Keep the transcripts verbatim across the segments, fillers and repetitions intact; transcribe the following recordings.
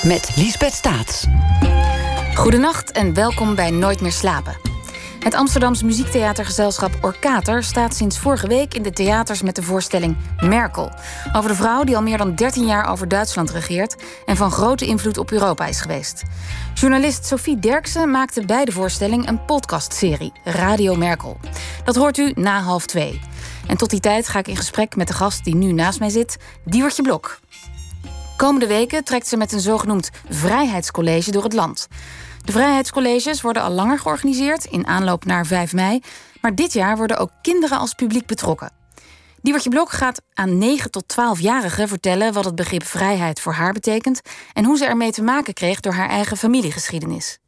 met Liesbeth Staats. Goedenacht en welkom bij Nooit meer slapen. Het Amsterdamse muziektheatergezelschap Orkater staat sinds vorige week in de theaters met de voorstelling Merkel. Over de vrouw die al meer dan dertien jaar over Duitsland regeert en van grote invloed op Europa is geweest. Journalist Sophie Derksen maakte bij de voorstelling een podcastserie, Radio Merkel. Dat hoort u na half twee. En tot die tijd ga ik in gesprek met de gast die nu naast mij zit, Diewertje Blok. Komende weken trekt ze met een zogenoemd vrijheidscollege door het land. De vrijheidscolleges worden al langer georganiseerd in aanloop naar vijf mei... maar dit jaar worden ook kinderen als publiek betrokken. Diewertje Blok gaat aan negen tot twaalfjarigen vertellen wat het begrip vrijheid voor haar betekent en hoe ze ermee te maken kreeg door haar eigen familiegeschiedenis.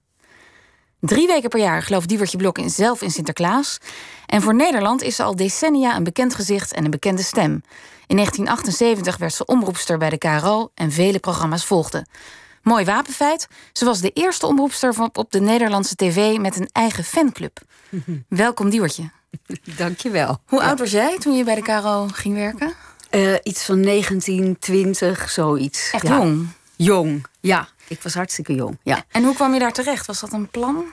Drie weken per jaar gelooft Diewertje Blok in zelf in Sinterklaas. En voor Nederland is ze al decennia een bekend gezicht en een bekende stem. In negentien achtenzeventig werd ze omroepster bij de K R O en vele programma's volgden. Mooi wapenfeit, ze was de eerste omroepster op de Nederlandse tv met een eigen fanclub. Welkom, Diewertje. Dank je wel. Hoe ja. oud was jij toen je bij de K R O ging werken? Uh, iets van negentien, twintig, zoiets. Echt ja. jong? Jong, ja. Ik was hartstikke jong, ja. En hoe kwam je daar terecht? Was dat een plan?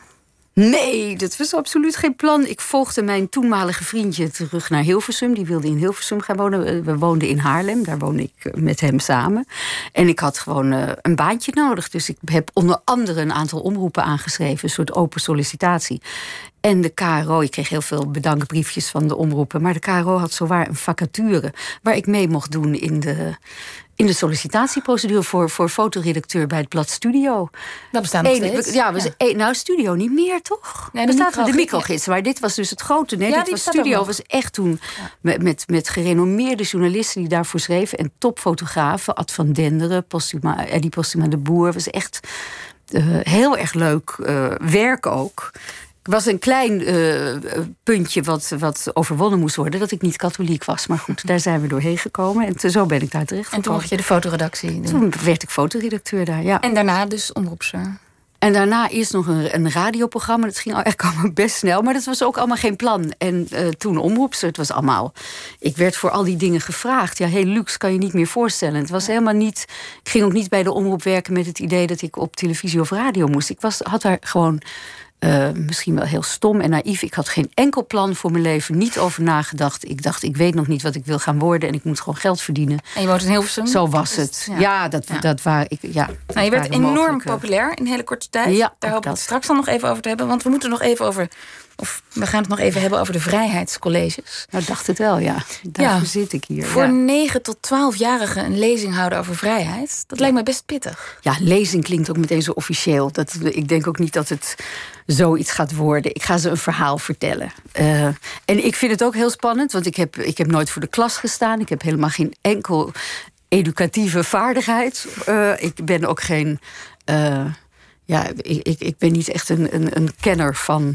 Nee, dat was absoluut geen plan. Ik volgde mijn toenmalige vriendje terug naar Hilversum. Die wilde in Hilversum gaan wonen. We woonden in Haarlem, daar woonde ik met hem samen. En ik had gewoon uh, een baantje nodig. Dus ik heb onder andere een aantal omroepen aangeschreven. Een soort open sollicitatie. En de K R O, ik kreeg heel veel bedankbriefjes van de omroepen. Maar de K R O had zowaar een vacature waar ik mee mocht doen in de... in de sollicitatieprocedure voor, voor fotoredacteur bij het blad Studio. Dat bestaat nog steeds. Eén, ja, was ja. Een, nou, Studio niet meer, toch? Nee, de bestaat microgids. de microgids, maar dit was dus het grote. Nee, ja, dit was Studio was echt toen ja. met, met, met gerenommeerde journalisten die daarvoor schreven en topfotografen, Ad van Denderen, Postuma, Eddie Postuma de Boer. Was echt uh, heel erg leuk uh, werk ook. Het was een klein uh, puntje wat, wat overwonnen moest worden, dat ik niet katholiek was. Maar goed, daar zijn we doorheen gekomen. En te, zo ben ik daar terecht gekomen. En toen mocht je de fotoredactie doen? Toen werd ik fotoredacteur daar, ja. En daarna dus omroepster? En daarna eerst nog een, een radioprogramma. Dat ging eigenlijk allemaal best snel. Maar dat was ook allemaal geen plan. En uh, toen omroepster, het was allemaal... Ik werd voor al die dingen gevraagd. Ja, heel luxe kan je niet meer voorstellen. Het was helemaal niet... Ik ging ook niet bij de omroep werken met het idee dat ik op televisie of radio moest. Ik was, had daar gewoon... Uh, misschien wel heel stom en naïef. Ik had geen enkel plan voor mijn leven, niet over nagedacht. Ik dacht, ik weet nog niet wat ik wil gaan worden en ik moet gewoon geld verdienen. En je woont in Hilversum? Zo was het. Ja, ja dat, ja. dat waren ik. Ja, nou, je werd enorm mogelijke... populair in een hele korte tijd. Ja, daar hoop ik dat. het straks dan nog even over te hebben. Want we moeten nog even over... Of we gaan het nog even hebben over de vrijheidscolleges. Nou, dacht het wel, ja. Daarvoor ja, zit ik hier. Voor ja. negen tot twaalfjarigen een lezing houden over vrijheid... dat lijkt me best pittig. Ja, lezing klinkt ook meteen zo officieel. Dat, ik denk ook niet dat het zoiets gaat worden. Ik ga ze een verhaal vertellen. Uh, en ik vind het ook heel spannend, want ik heb, ik heb nooit voor de klas gestaan. Ik heb helemaal geen enkel educatieve vaardigheid. Uh, ik ben ook geen... Uh, ja, ik, ik, ik ben niet echt een, een, een kenner van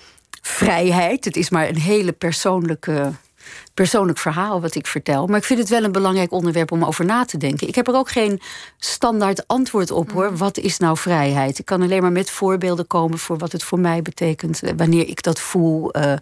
vrijheid. Het is maar een hele persoonlijke... persoonlijk verhaal wat ik vertel. Maar ik vind het wel een belangrijk onderwerp om over na te denken. Ik heb er ook geen standaard antwoord op, hoor. Wat is nou vrijheid? Ik kan alleen maar met voorbeelden komen voor wat het voor mij betekent. Wanneer ik dat voel. Uh,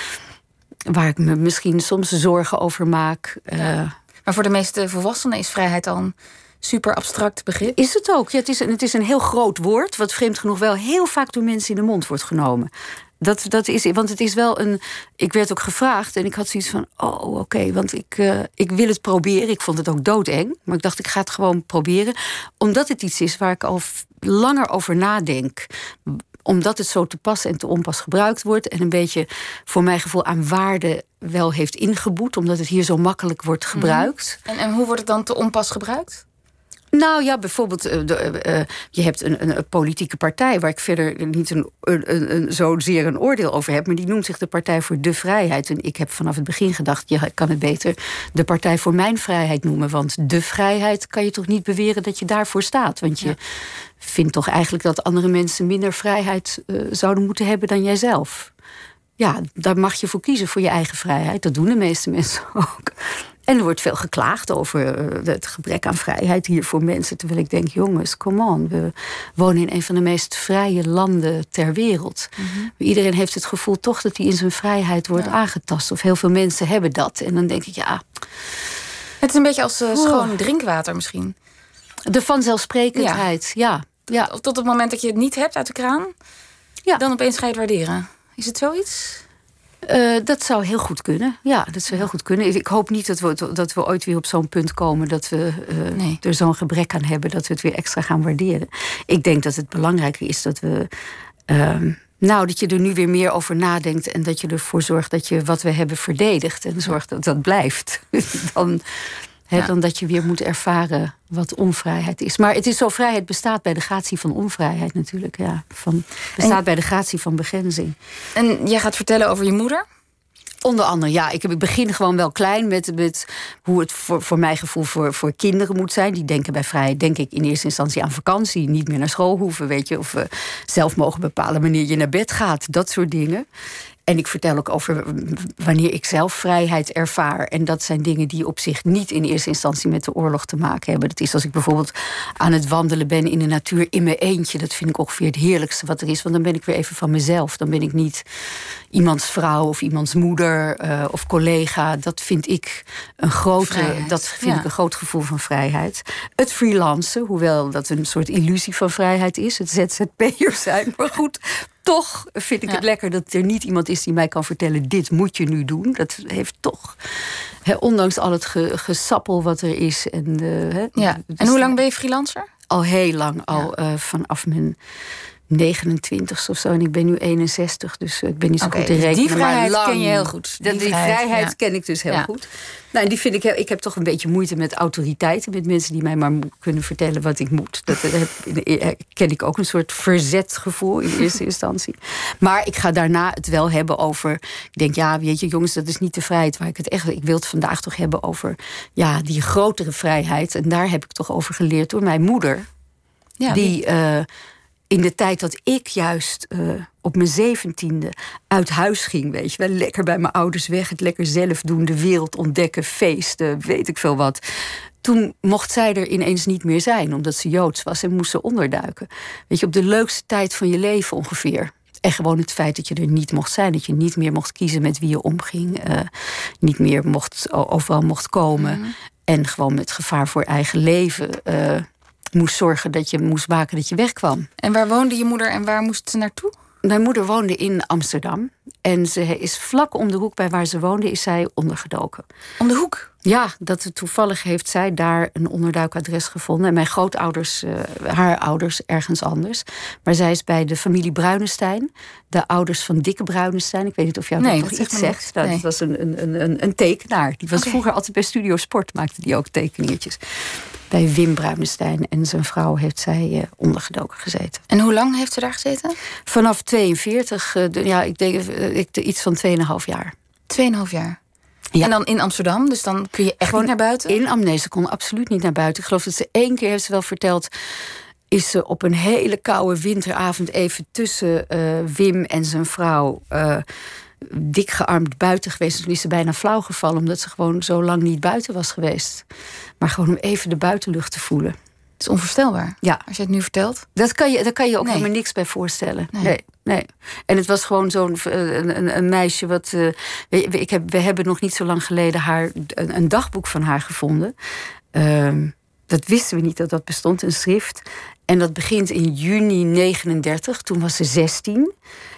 waar ik me misschien soms zorgen over maak. Uh, ja. Maar voor de meeste volwassenen is vrijheid al een super abstract begrip. Is het ook. Ja, het is, het is een heel groot woord, wat vreemd genoeg wel heel vaak door mensen in de mond wordt genomen. Dat, dat is, want het is wel een... Ik werd ook gevraagd en ik had zoiets van... oh, oké, okay, want ik, uh, ik wil het proberen. Ik vond het ook doodeng, maar ik dacht, ik ga het gewoon proberen. Omdat het iets is waar ik al langer over nadenk. Omdat het zo te pas en te onpas gebruikt wordt... en een beetje, voor mijn gevoel, aan waarde wel heeft ingeboet... omdat het hier zo makkelijk wordt gebruikt. Mm. En, en hoe wordt het dan te onpas gebruikt? Nou ja, bijvoorbeeld, uh, de, uh, je hebt een, een, een politieke partij... waar ik verder niet een, een, een, zozeer een oordeel over heb... maar die noemt zich de Partij voor de Vrijheid. En ik heb vanaf het begin gedacht... je kan het beter de Partij voor Mijn Vrijheid noemen. Want de vrijheid kan je toch niet beweren dat je daarvoor staat. Want je ja. vindt toch eigenlijk dat andere mensen... minder vrijheid uh, zouden moeten hebben dan jijzelf. Ja, daar mag je voor kiezen, voor je eigen vrijheid. Dat doen de meeste mensen ook. En er wordt veel geklaagd over het gebrek aan vrijheid hier voor mensen. Terwijl ik denk, jongens, come on. We wonen in een van de meest vrije landen ter wereld. Mm-hmm. Iedereen heeft het gevoel toch dat hij in zijn vrijheid wordt ja. aangetast. Of heel veel mensen hebben dat. En dan denk ik, ja... Het is een beetje als uh, schoon drinkwater misschien. De vanzelfsprekendheid, ja. ja. Tot, tot het moment dat je het niet hebt uit de kraan... Ja. Dan opeens ga je het waarderen. Is het zoiets? Uh, dat zou heel goed kunnen. Ja, dat zou heel goed kunnen. Ik hoop niet dat we, dat we ooit weer op zo'n punt komen... dat we uh, nee. er zo'n gebrek aan hebben... dat we het weer extra gaan waarderen. Ik denk dat het belangrijker is dat we... Uh, nou, dat je er nu weer meer over nadenkt... en dat je ervoor zorgt dat je wat we hebben verdedigt... en zorgt dat dat blijft. dan... He, ja. Dan dat je weer moet ervaren wat onvrijheid is. Maar het is zo, vrijheid bestaat bij de gratie van onvrijheid natuurlijk. Ja, van, bestaat en, bij de gratie van begrenzing. En jij gaat vertellen over je moeder? Onder andere, ja. Ik, heb, ik begin gewoon wel klein met, met hoe het voor, voor mijn gevoel voor, voor kinderen moet zijn. Die denken bij vrijheid, denk ik in eerste instantie aan vakantie. Niet meer naar school hoeven, weet je. Of uh, zelf mogen bepalen wanneer je naar bed gaat. Dat soort dingen. En ik vertel ook over wanneer ik zelf vrijheid ervaar. En dat zijn dingen die op zich niet in eerste instantie met de oorlog te maken hebben. Dat is als ik bijvoorbeeld aan het wandelen ben in de natuur in mijn eentje. Dat vind ik ongeveer het heerlijkste wat er is. Want dan ben ik weer even van mezelf. Dan ben ik niet iemands vrouw of iemands moeder uh, of collega. Dat vind ik een grote, dat vind ja. ik een groot gevoel van vrijheid. Het freelancen, hoewel dat een soort illusie van vrijheid is. Het Z Z P'er zijn, maar goed... Toch vind ik ja. het lekker dat er niet iemand is die mij kan vertellen... dit moet je nu doen. Dat heeft toch, he, ondanks al het ge, gesappel wat er is... En, uh, he, ja. dus en hoe lang ben je freelancer? Al heel lang, al ja. uh, vanaf mijn negenentwintigste of zo. En ik ben nu eenenzestig, dus ik ben niet zo okay, goed te rekenen. Die vrijheid maar lang, ken je heel goed. Die, die vrijheid, vrijheid ja. ken ik dus heel ja. goed. Nou, en die vind ik, ik heb toch een beetje moeite met autoriteiten. Met mensen die mij maar kunnen vertellen wat ik moet. Dat, dat heb, ken ik ook een soort verzetgevoel in eerste instantie. Maar ik ga daarna het wel hebben over... Ik denk, ja, weet je, jongens, dat is niet de vrijheid waar ik het echt... Ik wil het vandaag toch hebben over ja, die grotere vrijheid. En daar heb ik toch over geleerd door mijn moeder. Ja, die... Uh, in de tijd dat ik juist uh, op mijn zeventiende uit huis ging, weet je wel, lekker bij mijn ouders weg, het lekker zelf doen, de wereld ontdekken, feesten, weet ik veel wat. Toen mocht zij er ineens niet meer zijn, omdat ze Joods was en moest ze onderduiken. Weet je, op de leukste tijd van je leven ongeveer. En gewoon het feit dat je er niet mocht zijn, dat je niet meer mocht kiezen met wie je omging, uh, niet meer mocht, overal mocht komen. Mm-hmm. En gewoon met gevaar voor eigen leven... Uh, moest zorgen dat je moest waken dat je wegkwam. En waar woonde je moeder en waar moest ze naartoe? Mijn moeder woonde in Amsterdam. En ze is vlak om de hoek bij waar ze woonde, is zij ondergedoken. Om de hoek? Ja, dat toevallig heeft zij daar een onderduikadres gevonden. En mijn grootouders, uh, haar ouders, ergens anders. Maar zij is bij de familie Bruinestein. De ouders van Dikke Bruinestein. Ik weet niet of jou nee, dat nog iets zegt. Nee. Dat was een, een, een, een tekenaar. Die was okay. vroeger altijd bij Studio Sport, maakte die ook tekeningetjes. Bij Wim Bruinestein en zijn vrouw heeft zij uh, ondergedoken gezeten. En hoe lang heeft ze daar gezeten? Vanaf tweeënveertig, uh, de, ja, ik denk uh, ik, de, iets van tweeënhalf jaar. Tweeënhalf jaar? Ja. En dan in Amsterdam, dus dan kun je echt Gewoon niet naar buiten? In Am, nee, ze kon absoluut niet naar buiten. Ik geloof dat ze één keer, heeft ze wel verteld... is ze op een hele koude winteravond even tussen uh, Wim en zijn vrouw... Uh, dik gearmd buiten geweest. Toen is ze bijna flauw gevallen... omdat ze gewoon zo lang niet buiten was geweest. Maar gewoon om even de buitenlucht te voelen. Het is onvoorstelbaar, ja. als je het nu vertelt. Dat kan je, daar kan je ook nee. helemaal niks bij voorstellen. Nee. nee. Nee. En het was gewoon zo'n een, een, een meisje wat... Uh, we, ik heb, we hebben nog niet zo lang geleden haar, een, een dagboek van haar gevonden. Uh, dat wisten we niet dat dat bestond, een schrift. En dat begint in juni negenendertig, toen was ze zestien.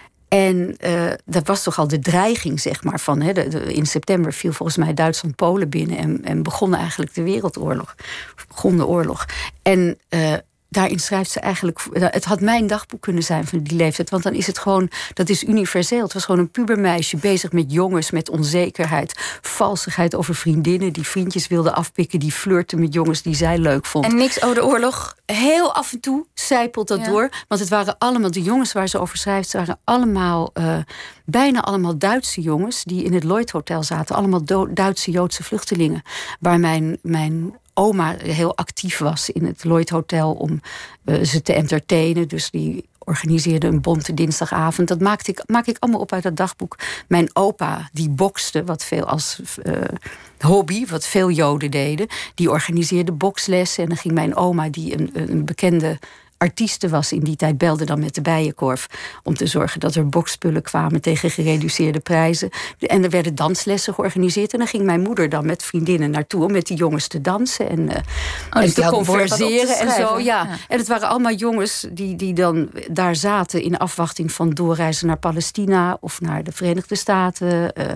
En uh, dat was toch al de dreiging, zeg maar, van... Hè, de, de, in september viel volgens mij Duitsland Polen binnen... en, en begon eigenlijk de Wereldoorlog. Of begon de oorlog. En... Uh, daarin schrijft ze eigenlijk... Het had mijn dagboek kunnen zijn van die leeftijd. Want dan is het gewoon... Dat is universeel. Het was gewoon een pubermeisje bezig met jongens, met onzekerheid. Valsigheid over vriendinnen die vriendjes wilden afpikken. Die flirten met jongens die zij leuk vond. En niks over de oorlog? Heel af en toe zijpelt dat ja. door. Want het waren allemaal... De jongens waar ze over schrijft... waren allemaal... Uh, bijna allemaal Duitse jongens... die in het Lloyd Hotel zaten. Allemaal do- Duitse Joodse vluchtelingen. Waar mijn... mijn oma heel actief was in het Lloyd Hotel om uh, ze te entertainen. Dus die organiseerde een bonte dinsdagavond. Dat maakte ik, maak ik allemaal op uit dat dagboek. Mijn opa, die bokste, wat veel als uh, hobby, wat veel Joden deden. Die organiseerde bokslessen. En dan ging mijn oma, die een, een bekende artiesten was in die tijd, belde dan met de Bijenkorf om te zorgen dat er boksspullen kwamen tegen gereduceerde prijzen. En er werden danslessen georganiseerd. En dan ging mijn moeder dan met vriendinnen naartoe om met die jongens te dansen en, uh, oh, dus en te converseren te en zo. Ja. Ja. En het waren allemaal jongens die, die dan daar zaten in afwachting van doorreizen naar Palestina of naar de Verenigde Staten. Uh,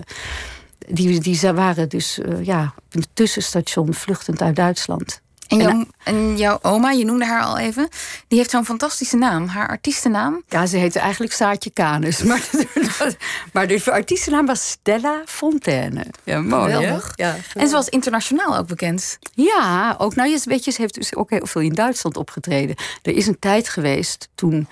die, die waren dus uh, ja, een tussenstation vluchtend uit Duitsland. En, jouw, en jouw oma, je noemde haar al even, die heeft zo'n fantastische naam. Haar artiestennaam? Ja, ze heette eigenlijk Saartje Canis. Maar, maar de artiestennaam was Stella Fontaine. Ja, mooi, hè? Ja, en ze was internationaal ook bekend. Ja, ook, nou, je weet je, ze heeft dus ook heel veel in Duitsland opgetreden. Er is een tijd geweest, toen,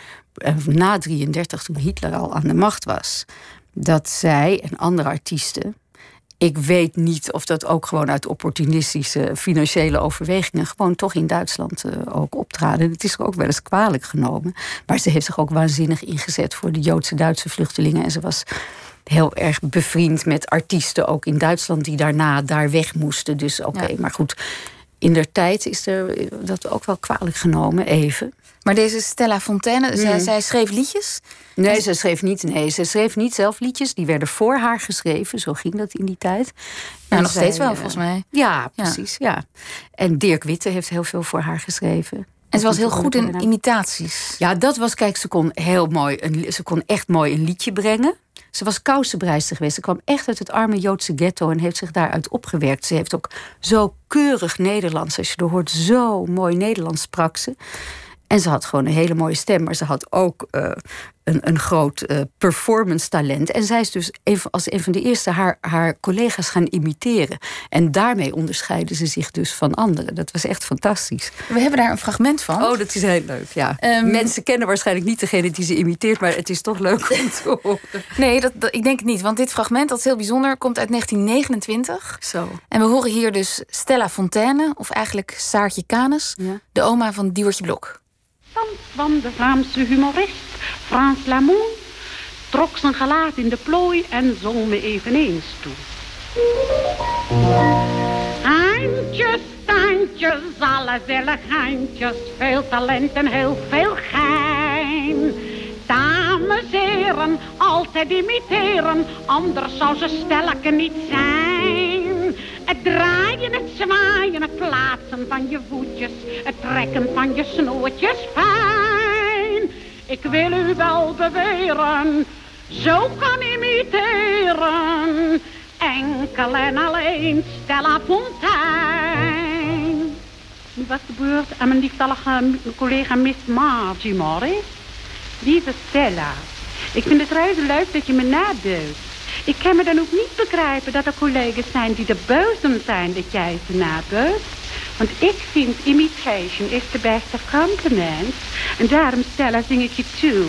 na drieëndertig, toen Hitler al aan de macht was, dat zij en andere artiesten, ik weet niet of dat ook gewoon uit opportunistische financiële overwegingen gewoon toch in Duitsland uh, ook optraden. Het is er ook wel eens kwalijk genomen. Maar ze heeft zich ook waanzinnig ingezet voor de Joodse Duitse vluchtelingen. En ze was heel erg bevriend met artiesten ook in Duitsland die daarna daar weg moesten. Dus oké, okay, ja. Maar goed, in der tijd is er dat ook wel kwalijk genomen, even. Maar deze Stella Fontaine, mm. zij, zij schreef liedjes? Nee, en... ze schreef niet. Nee, ze schreef niet zelf liedjes. Die werden voor haar geschreven. Zo ging dat in die tijd. Nou, nog zij, steeds wel, volgens mij. Ja, precies. Ja. Ja. En Dirk Witte heeft heel veel voor haar geschreven. En ze was heel goed in imitaties. Ja, dat was, kijk, ze kon heel mooi, een, ze kon echt mooi een liedje brengen. Ze was kousenbreister geweest. Ze kwam echt uit het arme Joodse ghetto en heeft zich daaruit opgewerkt. Ze heeft ook zo keurig Nederlands, als je er hoort, zo mooi Nederlands sprak ze. En ze had gewoon een hele mooie stem, maar ze had ook uh, een, een groot uh, performance talent. En zij is dus even, als een van de eerste haar, haar collega's gaan imiteren. En daarmee onderscheiden ze zich dus van anderen. Dat was echt fantastisch. We hebben daar een fragment van. Oh, dat is heel leuk, ja. Um, Mensen kennen waarschijnlijk niet degene die ze imiteert, maar het is toch leuk om te horen. Nee, dat, dat, ik denk het niet. Want dit fragment, dat is heel bijzonder, komt uit negentien negenentwintig. Zo. En we horen hier dus Stella Fontaine, of eigenlijk Saartje Canis, ja. De oma van Diewertje Blok. Van de Vlaamse humorist Frans Lamoon trok zijn gelaat in de plooi en zong me eveneens toe. Handjes, standjes, alle zillig handjes, veel talent en heel veel gein. Dames, heren, altijd imiteren, anders zou ze stelleke niet zijn. Het draaien, het zwaaien, het plaatsen van je voetjes, het trekken van je snoertjes fijn. Ik wil u wel beweren, zo kan imiteren, enkel en alleen Stella Fontaine. Nu was de beurt aan mijn lieftallige collega Miss Margie Morris. Lieve Stella, ik vind het reuze leuk dat je me nabeurt. Ik kan me dan ook niet begrijpen dat er collega's zijn die de buizen zijn dat jij ze nabeurt. Want ik vind imitation is de beste compliment. En daarom, Stella, zing ik je toe.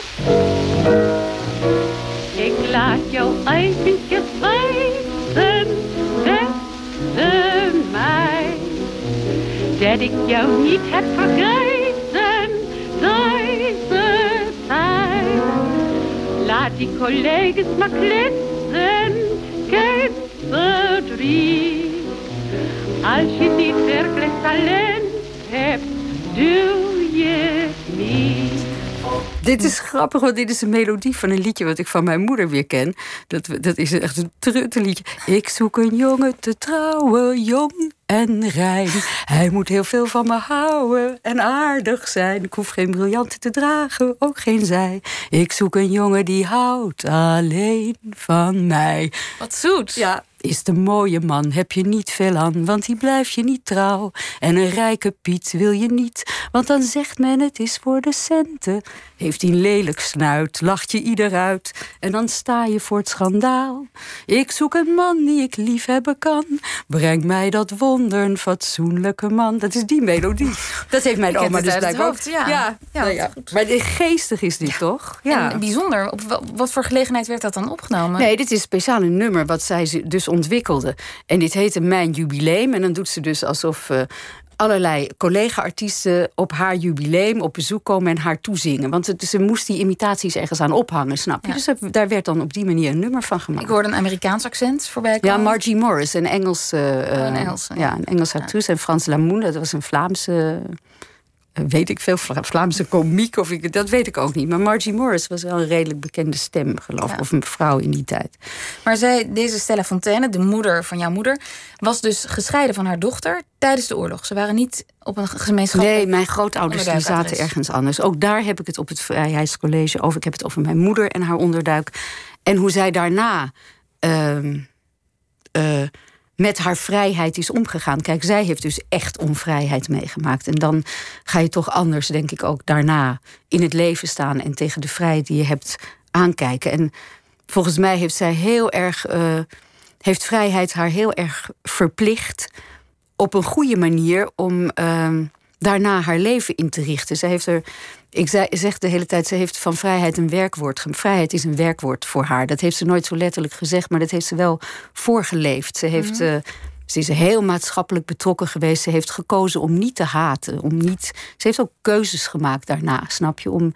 Ik laat jou eventjes weten, beste mij, dat ik jou niet heb vergeten deze tijd. Laat die collega's maar kletsen, geen verdriet. Als je niet werkelijk talent hebt, doe je het niet. Dit is grappig, want dit is een melodie van een liedje wat ik van mijn moeder weer ken. Dat, dat is echt een truttenliedje. Ik zoek een jongen te trouwen, jong en rein. Hij moet heel veel van me houden en aardig zijn. Ik hoef geen briljanten te dragen, ook geen zij. Ik zoek een jongen die houdt alleen van mij. Wat zoet. Ja. Is de mooie man, heb je niet veel aan, want die blijft je niet trouw. En een rijke Piet wil je niet, want dan zegt men het is voor de centen. Heeft hij een lelijk snuit, lacht je ieder uit, en dan sta je voor het schandaal. Ik zoek een man die ik liefhebben kan, breng mij dat wonder, een fatsoenlijke man. Dat is die melodie. Dat heeft mijn oma dus blijkbaar ook. Ja, ja, ja, nou ja. Maar geestig is dit, ja. Toch? Ja. En bijzonder. Op wat voor gelegenheid werd dat dan opgenomen? Nee, dit is speciaal een nummer wat zij dus ontwikkelde. En dit heette Mijn Jubileum. En dan doet ze dus alsof uh, allerlei collega-artiesten op haar jubileum op bezoek komen en haar toezingen. Want het, ze moest die imitaties ergens aan ophangen, snap je? Ja. Dus daar werd dan op die manier een nummer van gemaakt. Ik hoorde een Amerikaans accent voorbij komen. Ja, Margie Morris, een Engels, uh, oh, een Engelse. Ja, een Engelse actrice. Ja. En Frans Lamoon, dat was een Vlaamse weet ik veel, Vlaamse komiek, of ik, dat weet ik ook niet. Maar Margie Morris was wel een redelijk bekende stem, geloof ik. Ja. Of een vrouw in die tijd. Maar zij, deze Stella Fontaine, de moeder van jouw moeder, was dus gescheiden van haar dochter tijdens de oorlog. Ze waren niet op een gemeenschap. Nee, mijn grootouders die zaten ergens anders. Ook daar heb ik het op het Vrijheidscollege over. Ik heb het over mijn moeder en haar onderduik. En hoe zij daarna Uh, uh, met haar vrijheid is omgegaan. Kijk, zij heeft dus echt onvrijheid meegemaakt. En dan ga je toch anders, denk ik, ook daarna in het leven staan en tegen de vrijheid die je hebt aankijken. En volgens mij heeft zij heel erg, uh, heeft vrijheid haar heel erg verplicht op een goede manier om uh, daarna haar leven in te richten. Zij heeft er, ik zei, zeg de hele tijd, ze heeft van vrijheid een werkwoord. Vrijheid is een werkwoord voor haar. Dat heeft ze nooit zo letterlijk gezegd, maar dat heeft ze wel voorgeleefd. Ze heeft, mm-hmm. uh, ze is heel maatschappelijk betrokken geweest. Ze heeft gekozen om niet te haten. Om niet, ze heeft ook keuzes gemaakt daarna, snap je? Om,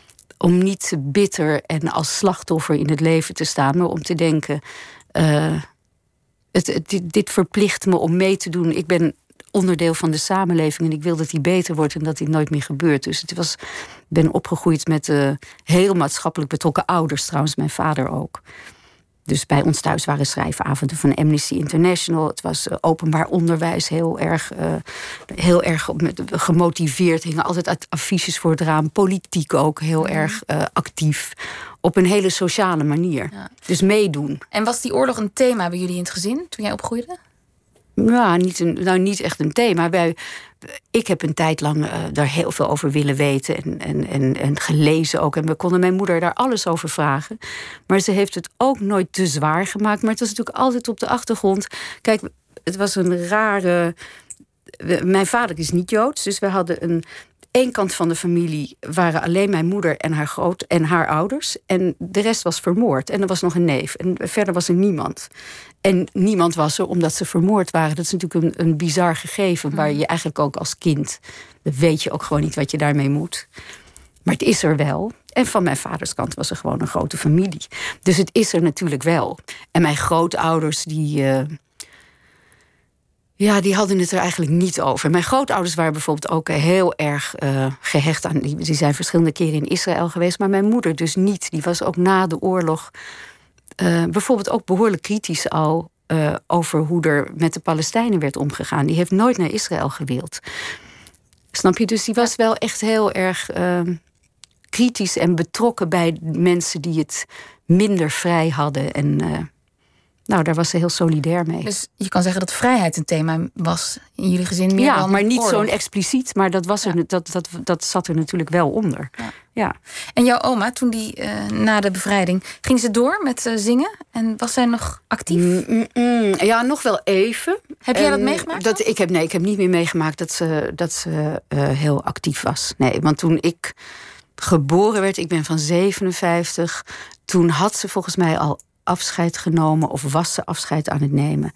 om niet bitter en als slachtoffer in het leven te staan, maar om te denken, Uh, het, het, dit, dit verplicht me om mee te doen. Ik ben onderdeel van de samenleving en ik wil dat die beter wordt en dat die nooit meer gebeurt. Dus het was, ik ben opgegroeid met uh, heel maatschappelijk betrokken ouders, trouwens mijn vader ook. Dus bij ons thuis waren schrijfavonden van Amnesty International. Het was uh, openbaar onderwijs heel erg, uh, heel erg met, gemotiveerd. Hingen altijd affiches voor het raam. Politiek ook heel mm. erg uh, actief. Op een hele sociale manier. Ja. Dus meedoen. En was die oorlog een thema bij jullie in het gezin toen jij opgroeide? Ja, niet, een, nou, niet echt een thema. Wij, ik heb een tijd lang uh, daar heel veel over willen weten en, en, en, en gelezen ook. En we konden mijn moeder daar alles over vragen. Maar ze heeft het ook nooit te zwaar gemaakt. Maar het was natuurlijk altijd op de achtergrond. Kijk, het was een rare. Mijn vader is niet Joods, dus we hadden een. Eén kant van de familie waren alleen mijn moeder en haar groot en haar ouders. En de rest was vermoord. En er was nog een neef. En verder was er niemand. En niemand was er omdat ze vermoord waren. Dat is natuurlijk een, een bizar gegeven. Waar je eigenlijk ook als kind, dat weet je ook gewoon niet wat je daarmee moet. Maar het is er wel. En van mijn vaders kant was er gewoon een grote familie. Dus het is er natuurlijk wel. En mijn grootouders die Uh, Ja, die hadden het er eigenlijk niet over. Mijn grootouders waren bijvoorbeeld ook heel erg uh, gehecht aan. Die, die zijn verschillende keren in Israël geweest, maar mijn moeder dus niet. Die was ook na de oorlog uh, bijvoorbeeld ook behoorlijk kritisch al uh, over hoe er met de Palestijnen werd omgegaan. Die heeft nooit naar Israël gewild. Snap je? Dus die was wel echt heel erg uh, kritisch en betrokken bij mensen die het minder vrij hadden. En Uh, Nou, daar was ze heel solidair mee. Dus je kan zeggen dat vrijheid een thema was in jullie gezin meer ja, dan maar niet oorlog. Zo'n expliciet, maar dat, was er, ja. dat, dat, dat zat er natuurlijk wel onder. Ja. Ja. En jouw oma, toen die uh, na de bevrijding, ging ze door met uh, zingen? En was zij nog actief? Mm, mm, ja, nog wel even. Heb jij dat meegemaakt? Dat, ik heb, nee, ik heb niet meer meegemaakt dat ze, dat ze uh, heel actief was. Nee, want toen ik geboren werd, ik ben van zevenenvijftig, toen had ze volgens mij al afscheid genomen of was ze afscheid aan het nemen.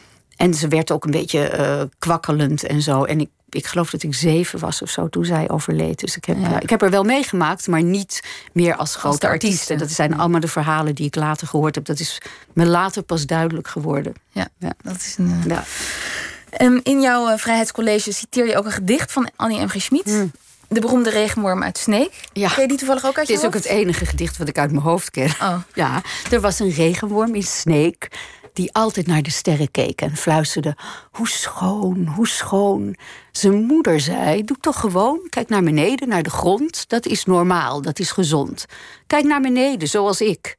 En ze werd ook een beetje uh, kwakkelend en zo. En ik, ik geloof dat ik zeven was of zo toen zij overleed. Dus ik heb, ja. uh, ik heb er wel meegemaakt, maar niet meer als grote als artiest. Dat zijn ja. allemaal de verhalen die ik later gehoord heb. Dat is me later pas duidelijk geworden. Ja, ja. dat is een. Uh... Ja. Um, in jouw uh, Vrijheidscollege citeer je ook een gedicht van Annie M G Schmid. Hmm. De beroemde regenworm uit Sneek. Ja. Ken je die toevallig ook uit je hoofd? Het is ook het enige gedicht wat ik uit mijn hoofd ken. Oh. Ja, er was een regenworm in Sneek die altijd naar de sterren keek en fluisterde: hoe schoon, hoe schoon. Zijn moeder zei: doe toch gewoon, kijk naar beneden, naar de grond. Dat is normaal, dat is gezond. Kijk naar beneden, zoals ik.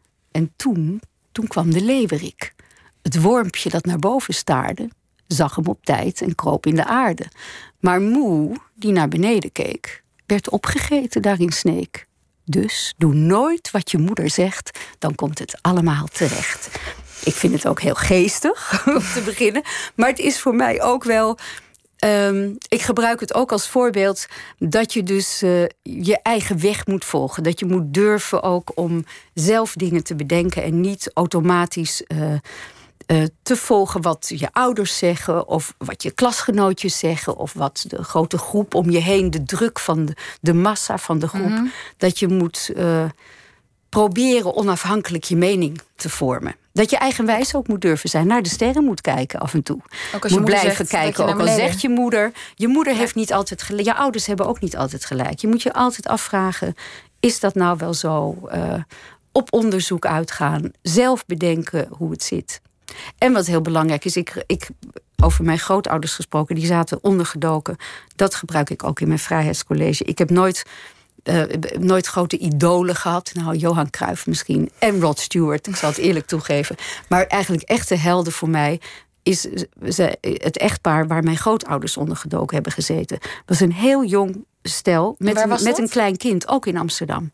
En toen, toen kwam de leeuwerik. Het wormpje dat naar boven staarde, zag hem op tijd en kroop in de aarde. Maar Moe, die naar beneden keek, werd opgegeten daar in Sneek. Dus doe nooit wat je moeder zegt, dan komt het allemaal terecht. Ik vind het ook heel geestig om te beginnen. Maar het is voor mij ook wel. Um, ik gebruik het ook als voorbeeld dat je dus uh, je eigen weg moet volgen. Dat je moet durven ook om zelf dingen te bedenken en niet automatisch Uh, Uh, te volgen wat je ouders zeggen, of wat je klasgenootjes zeggen, of wat de grote groep om je heen, de druk van de, de massa van de groep. Mm-hmm. Dat je moet, uh, proberen onafhankelijk je mening te vormen. Dat je eigenwijs ook moet durven zijn. Naar de sterren moet kijken af en toe. Ook als je moet blijven zegt, kijken. je ook al zegt je moeder. Je moeder ja. heeft niet altijd gelijk. Je ouders hebben ook niet altijd gelijk. Je moet je altijd afvragen. Is dat nou wel zo? Uh, op onderzoek uitgaan. Zelf bedenken hoe het zit. En wat heel belangrijk is. Ik, ik, over mijn grootouders gesproken. Die zaten ondergedoken. Dat gebruik ik ook in mijn vrijheidscollege. Ik heb nooit... Uh, nooit grote idolen gehad. Nou, Johan Cruijff misschien. En Rod Stewart, ik zal het eerlijk toegeven. Maar eigenlijk echte helden voor mij is ze, het echtpaar waar mijn grootouders onder gedoken hebben gezeten. Dat was een heel jong stel met, een, met een klein kind, ook in Amsterdam.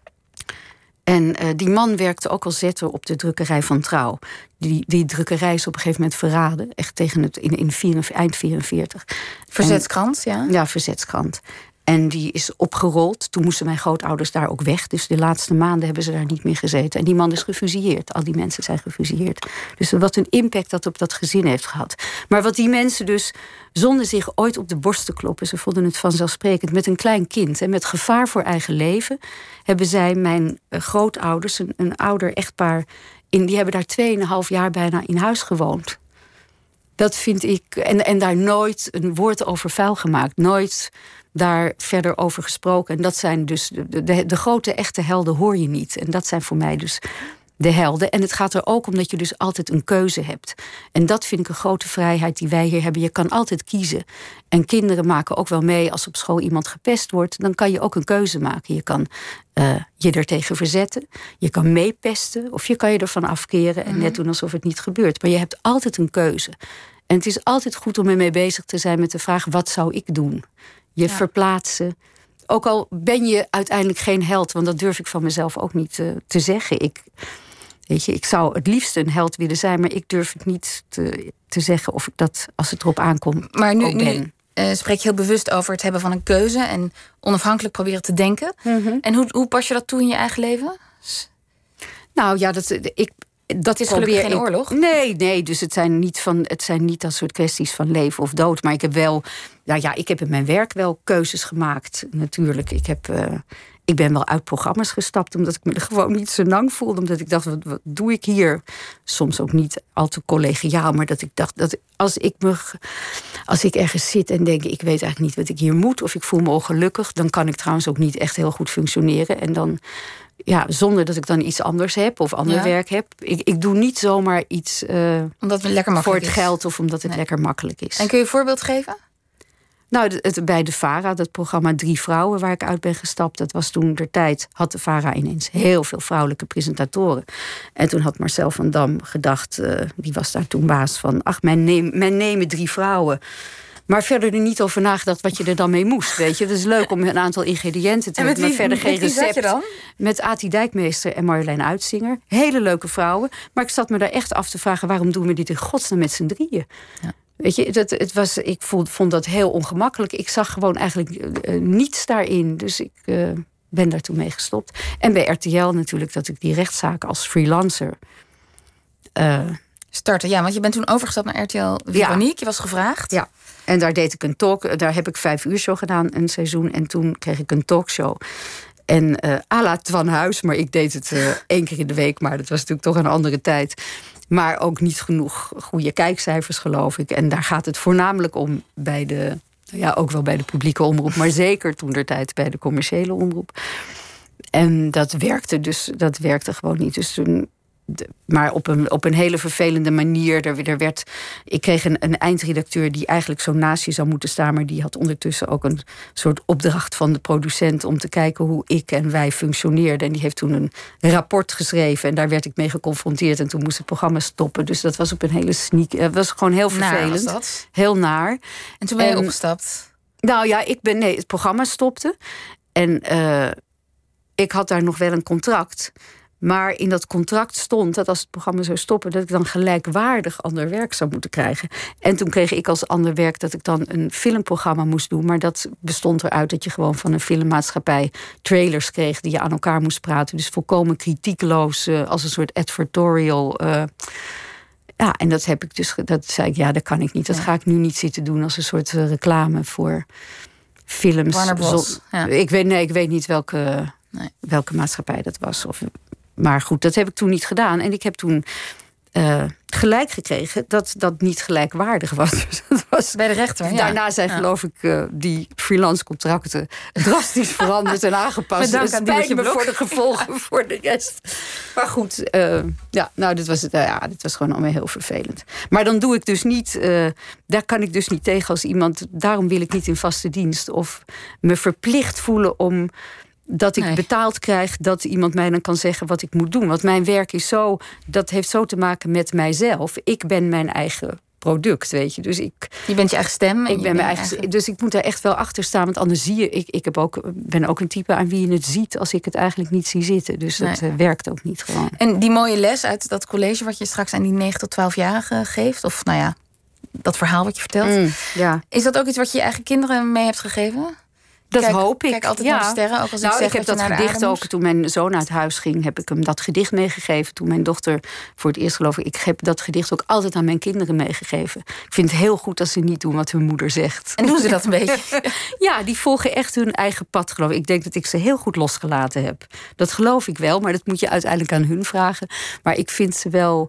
En uh, die man werkte ook al zetter op de drukkerij van Trouw. Die, die drukkerij is op een gegeven moment verraden. Echt tegen het in, in vier, eind vierenveertig. Verzetskrant, ja? Ja, Verzetskrant. En die is opgerold. Toen moesten mijn grootouders daar ook weg. Dus de laatste maanden hebben ze daar niet meer gezeten. En die man is gefusilleerd. Al die mensen zijn gefusilleerd. Dus wat een impact dat op dat gezin heeft gehad. Maar wat die mensen dus, zonder zich ooit op de borst te kloppen... ze vonden het vanzelfsprekend, met een klein kind... en met gevaar voor eigen leven... hebben zij mijn grootouders, een, een ouder echtpaar... In, die hebben daar tweeënhalf jaar bijna in huis gewoond. Dat vind ik... En, en daar nooit een woord over vuil gemaakt. Nooit... daar verder over gesproken. En dat zijn dus de, de, de grote echte helden hoor je niet. En dat zijn voor mij dus de helden. En het gaat er ook om dat je dus altijd een keuze hebt. En dat vind ik een grote vrijheid die wij hier hebben. Je kan altijd kiezen. En kinderen maken ook wel mee als op school iemand gepest wordt. Dan kan je ook een keuze maken. Je kan uh, je er tegen verzetten. Je kan meepesten. Of je kan je ervan afkeren en net doen alsof het niet gebeurt. Maar je hebt altijd een keuze. En het is altijd goed om ermee bezig te zijn met de vraag: wat zou ik doen? Je ja. verplaatsen. Ook al ben je uiteindelijk geen held, want dat durf ik van mezelf ook niet uh, te zeggen. Ik, weet je, ik zou het liefst een held willen zijn, maar ik durf het niet te, te zeggen of ik dat, als het erop aankomt, maar nu, ook ben. nu uh, spreek je heel bewust over het hebben van een keuze en onafhankelijk proberen te denken. Mm-hmm. En hoe, hoe pas je dat toe in je eigen leven? Nou ja, dat ik. Dat is gelukkig geen ik, oorlog. Nee, nee, dus het zijn niet van, het zijn niet dat soort kwesties van leven of dood. Maar ik heb wel, nou ja, ik heb in mijn werk wel keuzes gemaakt. Natuurlijk, ik heb, uh, ik ben wel uit programma's gestapt omdat ik me er gewoon niet zo lang voelde. Omdat ik dacht, wat, wat doe ik hier? Soms ook niet al te collegiaal, maar dat ik dacht dat als ik me, als ik ergens zit en denk, ik weet eigenlijk niet wat ik hier moet, of ik voel me ongelukkig, dan kan ik trouwens ook niet echt heel goed functioneren. En dan. Ja, zonder dat ik dan iets anders heb of ander ja. werk heb. Ik, ik doe niet zomaar iets uh, omdat het lekker voor het is. geld of omdat het nee. lekker makkelijk is. En kun je een voorbeeld geven? Nou, het, het, bij de VARA, dat programma Drie Vrouwen waar ik uit ben gestapt, dat was toen der tijd, had de VARA ineens heel veel vrouwelijke presentatoren. En toen had Marcel van Dam gedacht, uh, die was daar toen baas van, ach, men, neem, men nemen drie vrouwen. Maar verder er niet over nagedacht wat je er dan mee moest. Weet je, het is leuk om een aantal ingrediënten te hebben. Maar verder geen recept. Je dan? Met Ati Dijkmeester en Marjolein Uitzinger. Hele leuke vrouwen. Maar ik zat me daar echt af te vragen, waarom doen we dit in godsnaam met z'n drieën? Ja. Weet je, dat, het was, ik vond, vond dat heel ongemakkelijk. Ik zag gewoon eigenlijk uh, niets daarin. Dus ik uh, ben daar toen mee gestopt. En bij R T L natuurlijk dat ik die rechtszaken als freelancer Uh, starten. Ja, want je bent toen overgestapt naar R T L Veronique. Ja. Je was gevraagd. Ja. En daar deed ik een talk. Daar heb ik vijf uur show gedaan, een seizoen. En toen kreeg ik een talkshow. En uh, à la Twan Huis, maar ik deed het uh, één keer in de week. Maar dat was natuurlijk toch een andere tijd. Maar ook niet genoeg goede kijkcijfers, geloof ik. En daar gaat het voornamelijk om bij de, ja, ook wel bij de publieke omroep, maar zeker toen der tijd bij de commerciële omroep. En dat werkte dus, dat werkte gewoon niet. Dus toen. De, maar op een, op een hele vervelende manier. Er, er werd, ik kreeg een, een eindredacteur die eigenlijk zo naast je zou moeten staan, maar die had ondertussen ook een soort opdracht van de producent om te kijken hoe ik en wij functioneerden. En die heeft toen een rapport geschreven en daar werd ik mee geconfronteerd en toen moest het programma stoppen. Dus dat was op een hele sneak. Het was gewoon heel vervelend. Naar was dat? Heel naar. En toen ben je en, opgestapt? Nou ja, ik ben, nee, het programma stopte. En uh, ik had daar nog wel een contract. Maar in dat contract stond dat als het programma zou stoppen, dat ik dan gelijkwaardig ander werk zou moeten krijgen. En toen kreeg ik als ander werk dat ik dan een filmprogramma moest doen. Maar dat bestond eruit dat je gewoon van een filmmaatschappij trailers kreeg die je aan elkaar moest praten. Dus volkomen kritiekloos, uh, als een soort advertorial. Uh, ja, en dat heb ik dus. Dat zei ik, ja, dat kan ik niet. Dat ga ik nu niet zitten doen als een soort uh, reclame voor films. Warner Bros. Ja. Ik weet, nee, ik weet niet welke. Nee. Welke maatschappij dat was. Of, maar goed, dat heb ik toen niet gedaan. En ik heb toen uh, gelijk gekregen dat dat niet gelijkwaardig was. Dus dat was bij de rechter, ja. Daarna zijn ja. geloof ik uh, die freelance contracten drastisch veranderd en aangepast. Het spijt me voor de gevolgen voor de rest. Maar goed, uh, ja, nou, dit was, het, uh, ja, dit was gewoon allemaal heel vervelend. Maar dan doe ik dus niet, uh, daar kan ik dus niet tegen als iemand. Daarom wil ik niet in vaste dienst of me verplicht voelen om dat ik nee. betaald krijg, dat iemand mij dan kan zeggen wat ik moet doen. Want mijn werk is zo, dat heeft zo te maken met mijzelf. Ik ben mijn eigen product, weet je. Dus ik, je bent je eigen stem. Ik ben mijn eigen, eigen, dus ik moet daar echt wel achter staan. Want anders zie je, ik, ik heb ook, ben ook een type aan wie je het ziet als ik het eigenlijk niet zie zitten. Dus dat nee. uh, werkt ook niet gewoon. En die mooie les uit dat college wat je straks aan die negen tot twaalf-jarigen geeft, of nou ja, dat verhaal wat je vertelt. Mm, ja. Is dat ook iets wat je je eigen kinderen mee hebt gegeven? Dat kijk, hoop ik. Kijk altijd ja. naar de sterren. Ook als nou, ik, zeg ik heb dat, dat gedicht ook. Toen mijn zoon uit huis ging, heb ik hem dat gedicht meegegeven. Toen mijn dochter voor het eerst geloof ik. Ik heb dat gedicht ook altijd aan mijn kinderen meegegeven. Ik vind het heel goed als ze niet doen wat hun moeder zegt. En doen ze dat een beetje? Ja, die volgen echt hun eigen pad, geloof ik. Ik denk dat ik ze heel goed losgelaten heb. Dat geloof ik wel, maar dat moet je uiteindelijk aan hun vragen. Maar ik vind ze wel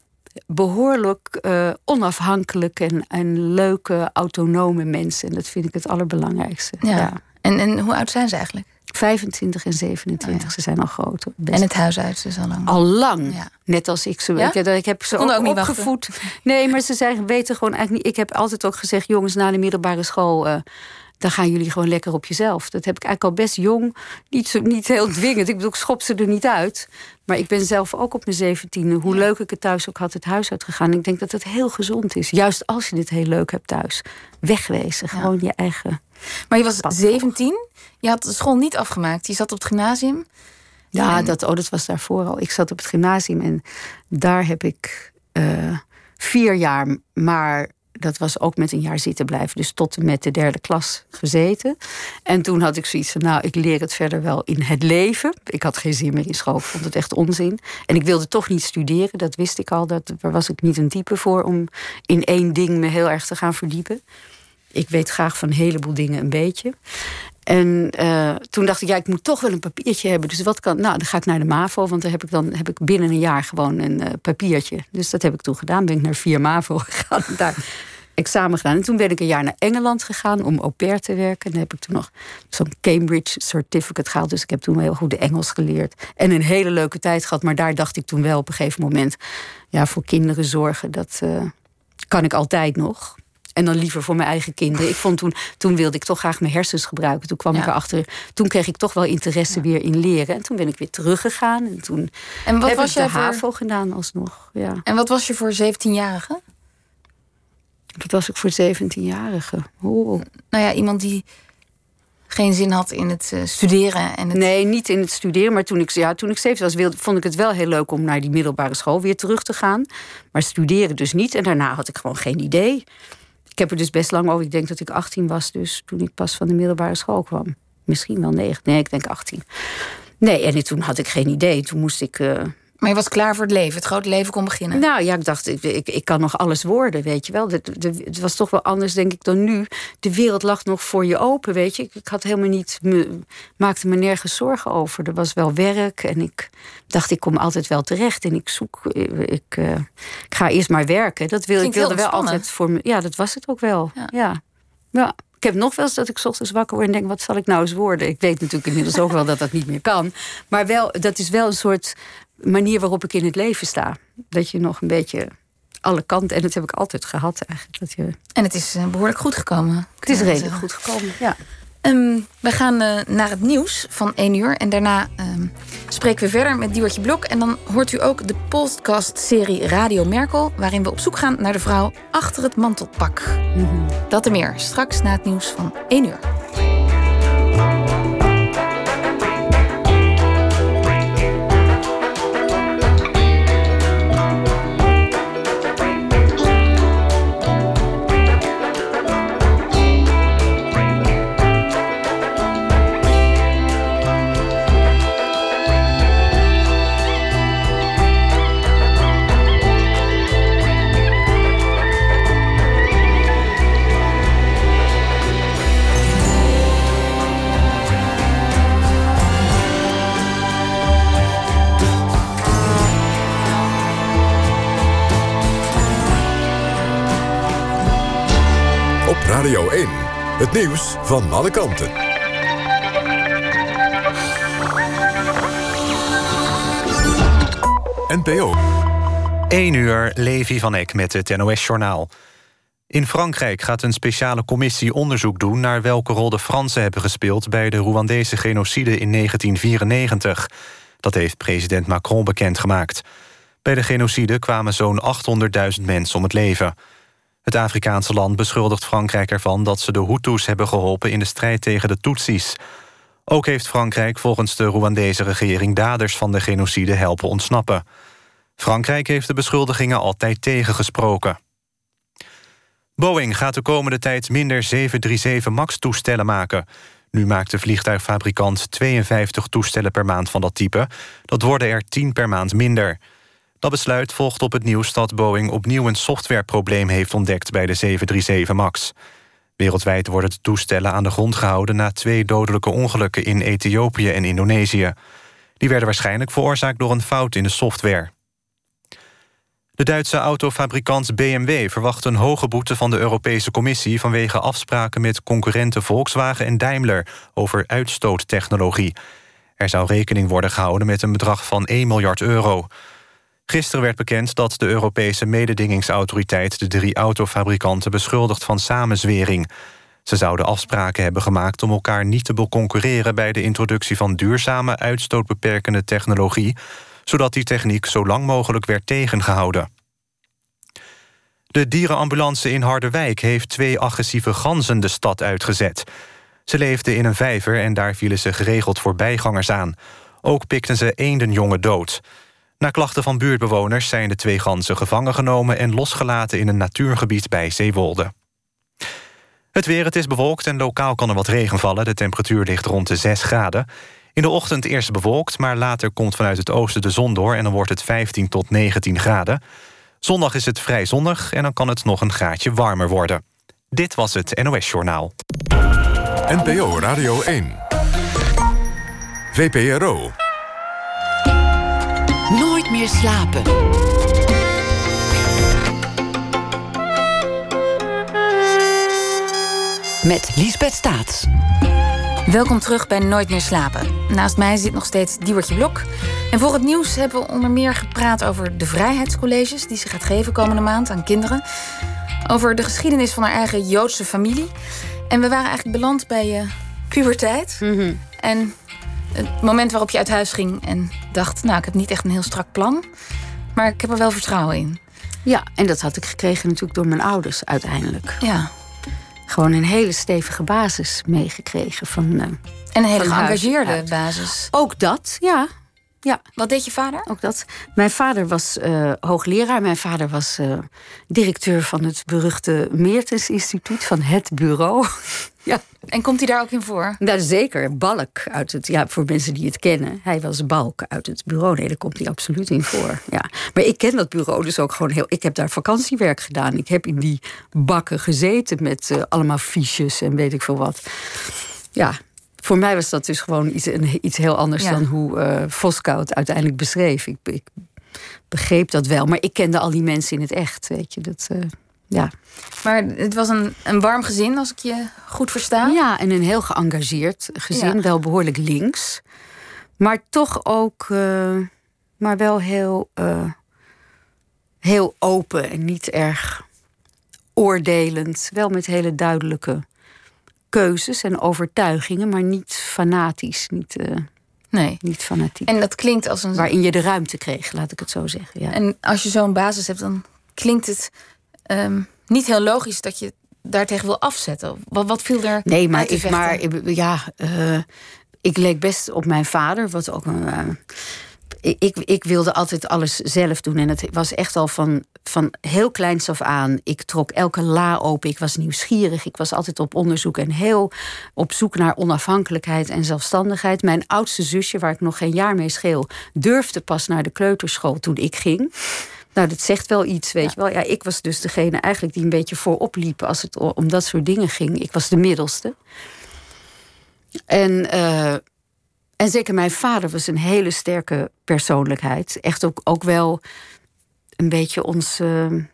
behoorlijk uh, onafhankelijk en, en leuke, autonome mensen. En dat vind ik het allerbelangrijkste. Ja. Ja. En, en hoe oud zijn ze eigenlijk? vijfentwintig en zevenentwintig, oh ja. Ze zijn al groot. Best. En het huis uit dus al lang? Al lang, ja. Net als ik ze. Ja? Ik, ik heb ze ook, ook opgevoed. Nee, maar ze zijn, weten gewoon eigenlijk niet. Ik heb altijd ook gezegd, jongens, na de middelbare school, Uh, dan gaan jullie gewoon lekker op jezelf. Dat heb ik eigenlijk al best jong. Niet, zo, niet heel dwingend. Ik bedoel, ik schop ze er niet uit. Maar ik ben zelf ook op mijn zeventiende, hoe ja. leuk ik het thuis ook had, het huis uitgegaan. Ik denk dat het heel gezond is. Juist als je dit heel leuk hebt thuis. Wegwezen, ja. Gewoon je eigen. Maar je was zeventien, je had de school niet afgemaakt. Je zat op het gymnasium. Ja, en dat, oh, dat was daarvoor al. Ik zat op het gymnasium en daar heb ik uh, vier jaar, maar dat was ook met een jaar zitten blijven. Dus tot en met de derde klas gezeten. En toen had ik zoiets van, nou, ik leer het verder wel in het leven. Ik had geen zin meer in school, ik vond het echt onzin. En ik wilde toch niet studeren, dat wist ik al. Dat, daar was ik niet een type voor om in één ding me heel erg te gaan verdiepen. Ik weet graag van een heleboel dingen een beetje. En uh, toen dacht ik, ja, ik moet toch wel een papiertje hebben. Dus wat kan. Nou, dan ga ik naar de MAVO, want dan heb ik dan heb ik binnen een jaar gewoon een uh, papiertje. Dus dat heb ik toen gedaan. Ben ik naar vier MAVO gegaan en daar examen gedaan. En toen ben ik een jaar naar Engeland gegaan om au pair te werken. En dan heb ik toen nog zo'n Cambridge certificate gehaald. Dus ik heb toen heel goed de Engels geleerd. En een hele leuke tijd gehad. Maar daar dacht ik toen wel op een gegeven moment, ja, voor kinderen zorgen, dat uh, kan ik altijd nog. En dan liever voor mijn eigen kinderen. Ik vond toen, toen wilde ik toch graag mijn hersens gebruiken. Toen kwam ja. ik erachter. Toen kreeg ik toch wel interesse ja. weer in leren. En toen ben ik weer teruggegaan. En toen en wat heb was ik de voor HAVO gedaan alsnog. Ja. En wat was je voor zeventienjarige? Wat was ik voor zeventienjarige? Oh. Nou ja, iemand die geen zin had in het uh, studeren. En het... Nee, niet in het studeren. Maar toen ik, ja, toen ik zeventien was, wilde, vond ik het wel heel leuk om naar die middelbare school weer terug te gaan. Maar studeren dus niet. En daarna had ik gewoon geen idee. Ik heb er dus best lang over. Ik denk dat ik achttien was, dus toen ik pas van de middelbare school kwam. Misschien wel negen. Nee, ik denk achttien. Nee, en toen had ik geen idee. Toen moest ik. Uh... Maar je was klaar voor het leven. Het grote leven kon beginnen. Nou ja, ik dacht, ik, ik, ik kan nog alles worden, weet je wel. De, de, het was toch wel anders, denk ik, dan nu. De wereld lag nog voor je open, weet je. Ik, ik had helemaal niet, me, maakte me nergens zorgen over. Er was wel werk en ik dacht, ik kom altijd wel terecht. En ik zoek, ik, uh, ik ga eerst maar werken. Dat wil, ik wilde wel altijd voor me. Ja, dat was het ook wel. Ja. Ja. Ja. Ik heb nog wel eens dat ik 's ochtends wakker word en denk, wat zal ik nou eens worden? Ik weet natuurlijk inmiddels ook wel dat dat niet meer kan. Maar wel, dat is wel een soort manier waarop ik in het leven sta. Dat je nog een beetje alle kanten, en dat heb ik altijd gehad eigenlijk. Dat je... En het is behoorlijk goed gekomen. Het is redelijk goed gekomen, ja. Um, we gaan uh, naar het nieuws van één uur. En daarna um, spreken we verder met Diewertje Blok. En dan hoort u ook de podcast-serie Radio Merkel, waarin we op zoek gaan naar de vrouw achter het mantelpak. Mm-hmm. Dat en meer straks na het nieuws van één uur. Radio één, het nieuws van alle kanten. N P O. één uur, Levi van Eck met het N O S-journaal. In Frankrijk gaat een speciale commissie onderzoek doen naar welke rol de Fransen hebben gespeeld bij de Rwandese genocide in negentien vierennegentig. Dat heeft president Macron bekendgemaakt. Bij de genocide kwamen zo'n achthonderdduizend mensen om het leven. Het Afrikaanse land beschuldigt Frankrijk ervan dat ze de Hutus hebben geholpen in de strijd tegen de Tutsis. Ook heeft Frankrijk volgens de Rwandese regering daders van de genocide helpen ontsnappen. Frankrijk heeft de beschuldigingen altijd tegengesproken. Boeing gaat de komende tijd minder zeven drie zeven MAX-toestellen maken. Nu maakt de vliegtuigfabrikant tweeënvijftig toestellen per maand van dat type. Dat worden er tien per maand minder. Dat besluit volgt op het nieuws dat Boeing opnieuw een softwareprobleem heeft ontdekt bij de zeven drie zeven MAX. Wereldwijd worden de toestellen aan de grond gehouden na twee dodelijke ongelukken in Ethiopië en Indonesië. Die werden waarschijnlijk veroorzaakt door een fout in de software. De Duitse autofabrikant B M W verwacht een hoge boete van de Europese Commissie vanwege afspraken met concurrenten Volkswagen en Daimler over uitstoottechnologie. Er zou rekening worden gehouden met een bedrag van één miljard euro. Gisteren werd bekend dat de Europese mededingingsautoriteit de drie autofabrikanten beschuldigt van samenzwering. Ze zouden afspraken hebben gemaakt om elkaar niet te beconcurreren bij de introductie van duurzame uitstootbeperkende technologie, zodat die techniek zo lang mogelijk werd tegengehouden. De dierenambulance in Harderwijk heeft twee agressieve ganzen de stad uitgezet. Ze leefden in een vijver en daar vielen ze geregeld voorbijgangers aan. Ook pikten ze eendenjongen dood. Na klachten van buurtbewoners zijn de twee ganzen gevangen genomen en losgelaten in een natuurgebied bij Zeewolde. Het weer, het is bewolkt en lokaal kan er wat regen vallen. De temperatuur ligt rond de zes graden. In de ochtend eerst bewolkt, maar later komt vanuit het oosten de zon door en dan wordt het vijftien tot negentien graden. Zondag is het vrij zonnig en dan kan het nog een graadje warmer worden. Dit was het N O S-journaal. N P O Radio één. V P R O. Nooit meer slapen. Met Liesbeth Staats. Welkom terug bij Nooit meer slapen. Naast mij zit nog steeds Diewertje Blok. En voor het nieuws hebben we onder meer gepraat over de vrijheidscolleges die ze gaat geven komende maand aan kinderen. Over de geschiedenis van haar eigen Joodse familie. En we waren eigenlijk beland bij uh, puberteit. Mm-hmm. En het moment waarop je uit huis ging en dacht, nou, ik heb niet echt een heel strak plan, maar ik heb er wel vertrouwen in. Ja, en dat had ik gekregen natuurlijk door mijn ouders uiteindelijk. Ja. Gewoon een hele stevige basis meegekregen van uh, en een hele geëngageerde basis. Ook dat, ja. ja. Wat deed je vader? Ook dat. Mijn vader was uh, hoogleraar. Mijn vader was uh, directeur van het beruchte Meertens Instituut, van het bureau. Ja. En komt hij daar ook in voor? Nou, zeker. Balk uit het... Ja, voor mensen die het kennen. Hij was Balk uit het bureau. Nee, daar komt hij absoluut in voor. Ja. Maar ik ken dat bureau dus ook gewoon heel... Ik heb daar vakantiewerk gedaan. Ik heb in die bakken gezeten met uh, allemaal fiches en weet ik veel wat. Ja, voor mij was dat dus gewoon iets, een, iets heel anders ja. dan hoe uh, Voskou het uiteindelijk beschreef. Ik, ik begreep dat wel. Maar ik kende al die mensen in het echt, weet je. Dat... Uh, Ja. Maar het was een, een warm gezin, als ik je goed versta? Ja, en een heel geëngageerd gezin. Ja. Wel behoorlijk links. Maar toch ook... Uh, maar wel heel... Uh, heel open en niet erg oordelend. Wel met hele duidelijke keuzes en overtuigingen. Maar niet fanatisch. Niet, uh, nee. niet fanatiek. En dat klinkt als een... Waarin je de ruimte kreeg, laat ik het zo zeggen. Ja. En als je zo'n basis hebt, dan klinkt het... Um, niet heel logisch dat je daartegen wil afzetten. Wat, wat viel er Nee, maar, uit te ik, maar ja, uh, ik leek best op mijn vader. Wat ook een, uh, ik, ik wilde altijd alles zelf doen. En het was echt al van, van heel kleins af aan. Ik trok elke la open. Ik was nieuwsgierig. Ik was altijd op onderzoek en heel op zoek naar onafhankelijkheid en zelfstandigheid. Mijn oudste zusje, waar ik nog geen jaar mee scheel, durfde pas naar de kleuterschool toen ik ging. Nou, dat zegt wel iets, weet ja. je wel. Ja, ik was dus degene eigenlijk die een beetje voorop liep als het om dat soort dingen ging. Ik was de middelste. En, uh, en zeker mijn vader was een hele sterke persoonlijkheid. Echt ook, ook wel een beetje ons, uh,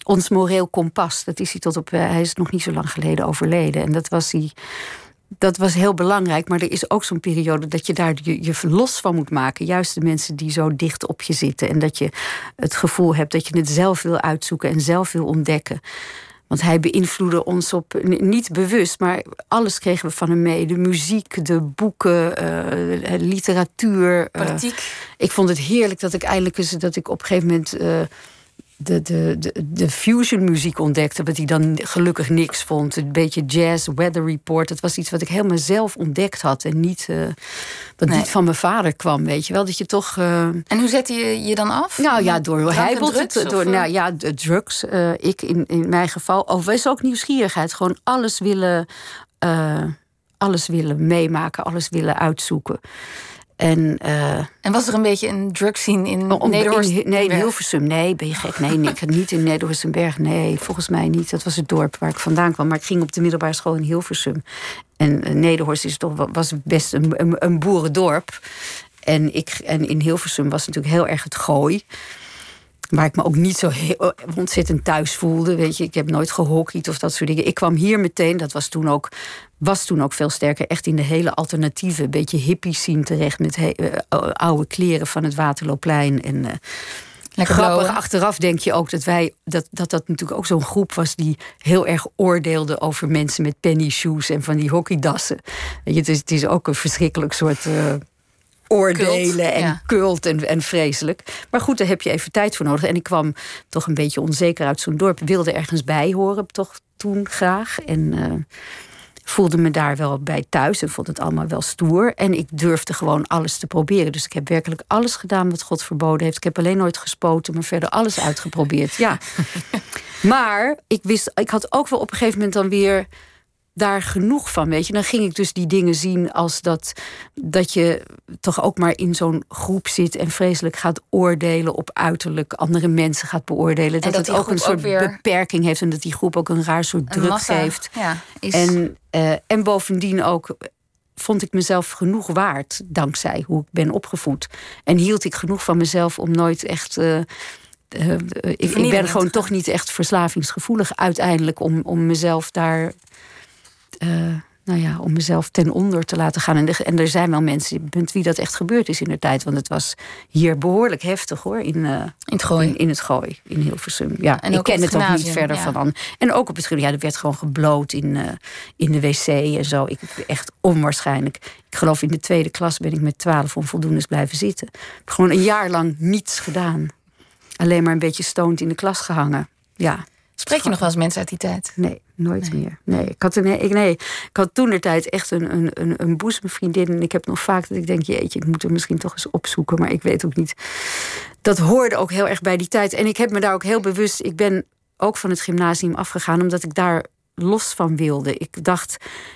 ons moreel kompas. Dat is hij tot op. Uh, hij is nog niet zo lang geleden overleden. En dat was hij. Dat was heel belangrijk, maar er is ook zo'n periode dat je daar je, je los van moet maken. Juist de mensen die zo dicht op je zitten. En dat je het gevoel hebt dat je het zelf wil uitzoeken en zelf wil ontdekken. Want hij beïnvloedde ons op, niet bewust, maar alles kregen we van hem mee. De muziek, de boeken, uh, literatuur. Politiek. Uh, ik vond het heerlijk dat ik eindelijk eens, dat ik op een gegeven moment Uh, De, de, de, de fusion muziek ontdekte, wat hij dan gelukkig niks vond. Een beetje jazz, weather report. Dat was iets wat ik helemaal zelf ontdekt had. En niet, uh, wat nee. niet van mijn vader kwam, weet je wel. Dat je toch. Uh... En hoe zette je je dan af? Nou ja, door hij drugs, het, door, nou ja, de drugs. Uh, ik in, in mijn geval. Of is ook nieuwsgierigheid. Gewoon alles willen, uh, alles willen meemaken, alles willen uitzoeken. En, uh, en was er een beetje een drugscene in om, Nederhorst? In, nee, in Hilversum. Nee, ben je gek? Nee, nee, ik had niet in Nederhorstenberg. Nee, volgens mij niet. Dat was het dorp waar ik vandaan kwam. Maar ik ging op de middelbare school in Hilversum. En uh, Nederhorst is toch, was best een, een, een boerendorp. En, ik, en in Hilversum was natuurlijk heel erg het gooi. Waar ik me ook niet zo heel ontzettend thuis voelde. Weet je, ik heb nooit gehockeyd of dat soort dingen. Ik kwam hier meteen, dat was toen ook, was toen ook veel sterker, echt in de hele alternatieve, beetje hippie scene terecht. Met he, uh, oude kleren van het Waterloopplein. En uh, Lekker grappig, blauwe. achteraf denk je ook dat wij, dat, dat dat natuurlijk ook zo'n groep was die heel erg oordeelde over mensen met penny shoes en van die hockeydassen. Weet je, het is, het is ook een verschrikkelijk soort Uh, oordelen cult, en ja. cult en, en vreselijk. Maar goed, daar heb je even tijd voor nodig. En ik kwam toch een beetje onzeker uit zo'n dorp. Wilde ergens bij horen, toch toen graag. En uh, voelde me daar wel bij thuis. En vond het allemaal wel stoer. En ik durfde gewoon alles te proberen. Dus ik heb werkelijk alles gedaan wat God verboden heeft. Ik heb alleen nooit gespoten, maar verder alles uitgeprobeerd. Ja. Maar ik wist, ik had ook wel op een gegeven moment dan weer daar genoeg van, weet je. Dan ging ik dus die dingen zien als dat, dat je toch ook maar in zo'n groep zit en vreselijk gaat oordelen op uiterlijk, andere mensen gaat beoordelen. Dat, dat het ook een soort ook beperking heeft en dat die groep ook een raar soort druk massa, geeft. Ja, is... en, uh, en bovendien ook vond ik mezelf genoeg waard, dankzij hoe ik ben opgevoed. En hield ik genoeg van mezelf om nooit echt Uh, uh, ik, ik ben gewoon toch niet echt verslavingsgevoelig uiteindelijk om, om mezelf daar Uh, nou ja, om mezelf ten onder te laten gaan. En, de, en er zijn wel mensen met wie dat echt gebeurd is in de tijd. Want het was hier behoorlijk heftig, hoor. In, uh, in het Gooi. In, in het Gooi, in Hilversum. Ja, en ik ken het, het ook niet verder ja. van. En ook op het gymnasium. Ja, er werd gewoon gebloot in, uh, in de wc en zo. Ik, echt onwaarschijnlijk. Ik geloof in de tweede klas ben ik met twaalf onvoldoendes blijven zitten. Ik heb gewoon een jaar lang niets gedaan. Alleen maar een beetje stoned in de klas gehangen. Ja. Spreek je nog wel eens mensen uit die tijd? Nee, nooit nee. meer. Nee, ik had, nee, ik, nee, ik had toen de tijd echt een, een, een, een boezemvriendin. En ik heb nog vaak dat ik denk, jeetje, ik moet er misschien toch eens opzoeken. Maar ik weet ook niet. Dat hoorde ook heel erg bij die tijd. En ik heb me daar ook heel bewust. Ik ben ook van het gymnasium afgegaan, omdat ik daar los van wilde. Ik dacht,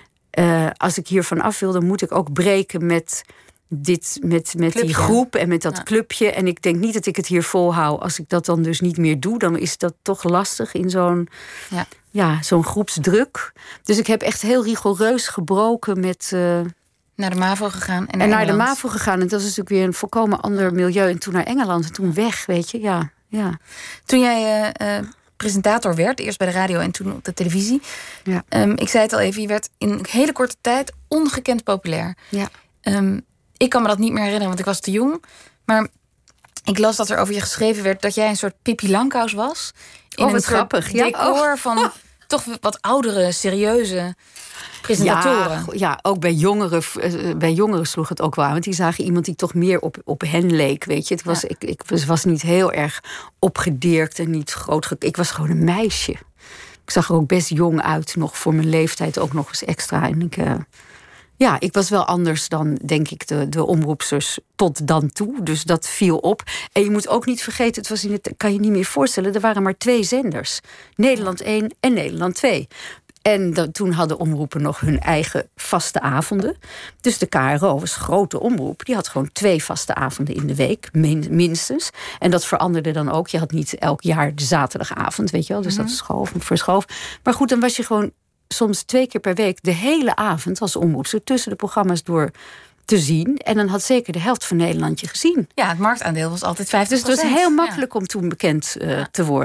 uh, als ik hiervan af wilde, moet ik ook breken met dit, met, met die groep en met dat ja. clubje. En ik denk niet dat ik het hier volhoud. Als ik dat dan dus niet meer doe, dan is dat toch lastig in zo'n ja. Ja, zo'n groepsdruk. Dus ik heb echt heel rigoureus gebroken met Uh, naar de MAVO gegaan. En naar, en naar Engeland. de MAVO gegaan. En dat is natuurlijk weer een volkomen ander milieu. En toen naar Engeland en toen weg, weet je. Ja, ja. Toen jij Uh, uh, presentator werd, eerst bij de radio en toen op de televisie. Ja. Um, ik zei het al even, je werd in een hele korte tijd ongekend populair. Ja. Um, ik kan me dat niet meer herinneren, want ik was te jong. Maar ik las dat er over je geschreven werd dat jij een soort Pippi Langkous was. In oh, een grappig. soort decor ja. van oh. toch wat oudere, serieuze presentatoren. Ja, ja, ook bij jongeren, bij jongeren sloeg het ook wel aan. Want die zagen iemand die toch meer op, op hen leek, weet je. Het was, ja. ik, ik was niet heel erg opgedirkt en niet groot. Ik was gewoon een meisje. Ik zag er ook best jong uit, nog voor mijn leeftijd ook nog eens extra. En ik, uh, ja, ik was wel anders dan, denk ik, de, de omroepsters tot dan toe. Dus dat viel op. En je moet ook niet vergeten, het was in het, kan je niet meer voorstellen, er waren maar twee zenders. Nederland één en Nederland twee. En dat, toen hadden omroepen nog hun eigen vaste avonden. Dus de K R O was een grote omroep. Die had gewoon twee vaste avonden in de week, min, minstens. En dat veranderde dan ook. Je had niet elk jaar de zaterdagavond, weet je wel. Dus mm-hmm. dat schoof, verschoof. Maar goed, dan was je gewoon soms twee keer per week de hele avond als omroepster tussen de programma's door te zien. En dan had zeker de helft van Nederland je gezien. Ja, het marktaandeel was altijd vijftig procent. Dus het was heel makkelijk ja. om toen bekend uh, ja. te worden.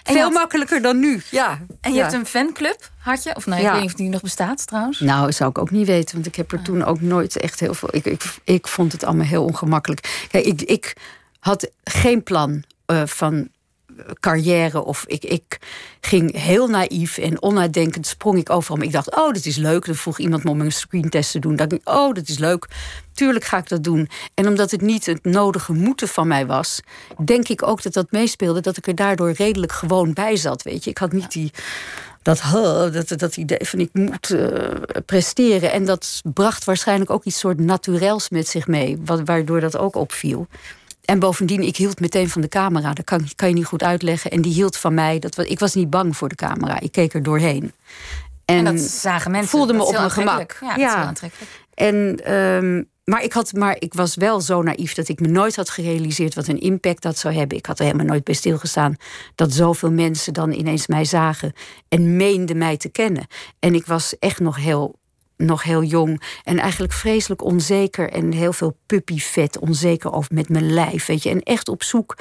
En Veel had... makkelijker dan nu, ja. En je ja. hebt een fanclub, had je? Of nou, ik ja. weet niet of die nog bestaat trouwens. Nou, zou ik ook niet weten, want ik heb er ah. toen ook nooit echt heel veel... Ik, ik, ik vond het allemaal heel ongemakkelijk. Kijk, ik, ik had geen plan uh, van carrière of ik, ik ging heel naïef en onnadenkend sprong ik overal. Maar ik dacht, oh, dat is leuk. Dan vroeg iemand me om een screentest te doen. Dan dacht ik, oh, dat is leuk. Tuurlijk ga ik dat doen. En omdat het niet het nodige moeten van mij was, denk ik ook dat dat meespeelde, dat ik er daardoor redelijk gewoon bij zat. Weet je, ik had niet die dat, huh, dat, dat idee van ik moet uh, presteren. En dat bracht waarschijnlijk ook iets soort naturels met zich mee, waardoor dat ook opviel. En bovendien, ik hield meteen van de camera. Dat kan, kan je niet goed uitleggen. En die hield van mij. Dat was, ik was niet bang voor de camera. Ik keek er doorheen. En, en dat zagen mensen. Voelde me dat op mijn gemak. Ja, dat ja. is heel aantrekkelijk. En, um, maar, ik had, maar ik was wel zo naïef dat ik me nooit had gerealiseerd wat een impact dat zou hebben. Ik had er helemaal nooit bij stilgestaan dat zoveel mensen dan ineens mij zagen en meenden mij te kennen. En ik was echt nog heel... nog heel jong en eigenlijk vreselijk onzeker en heel veel puppyvet, onzeker over met mijn lijf, weet je, en echt op zoek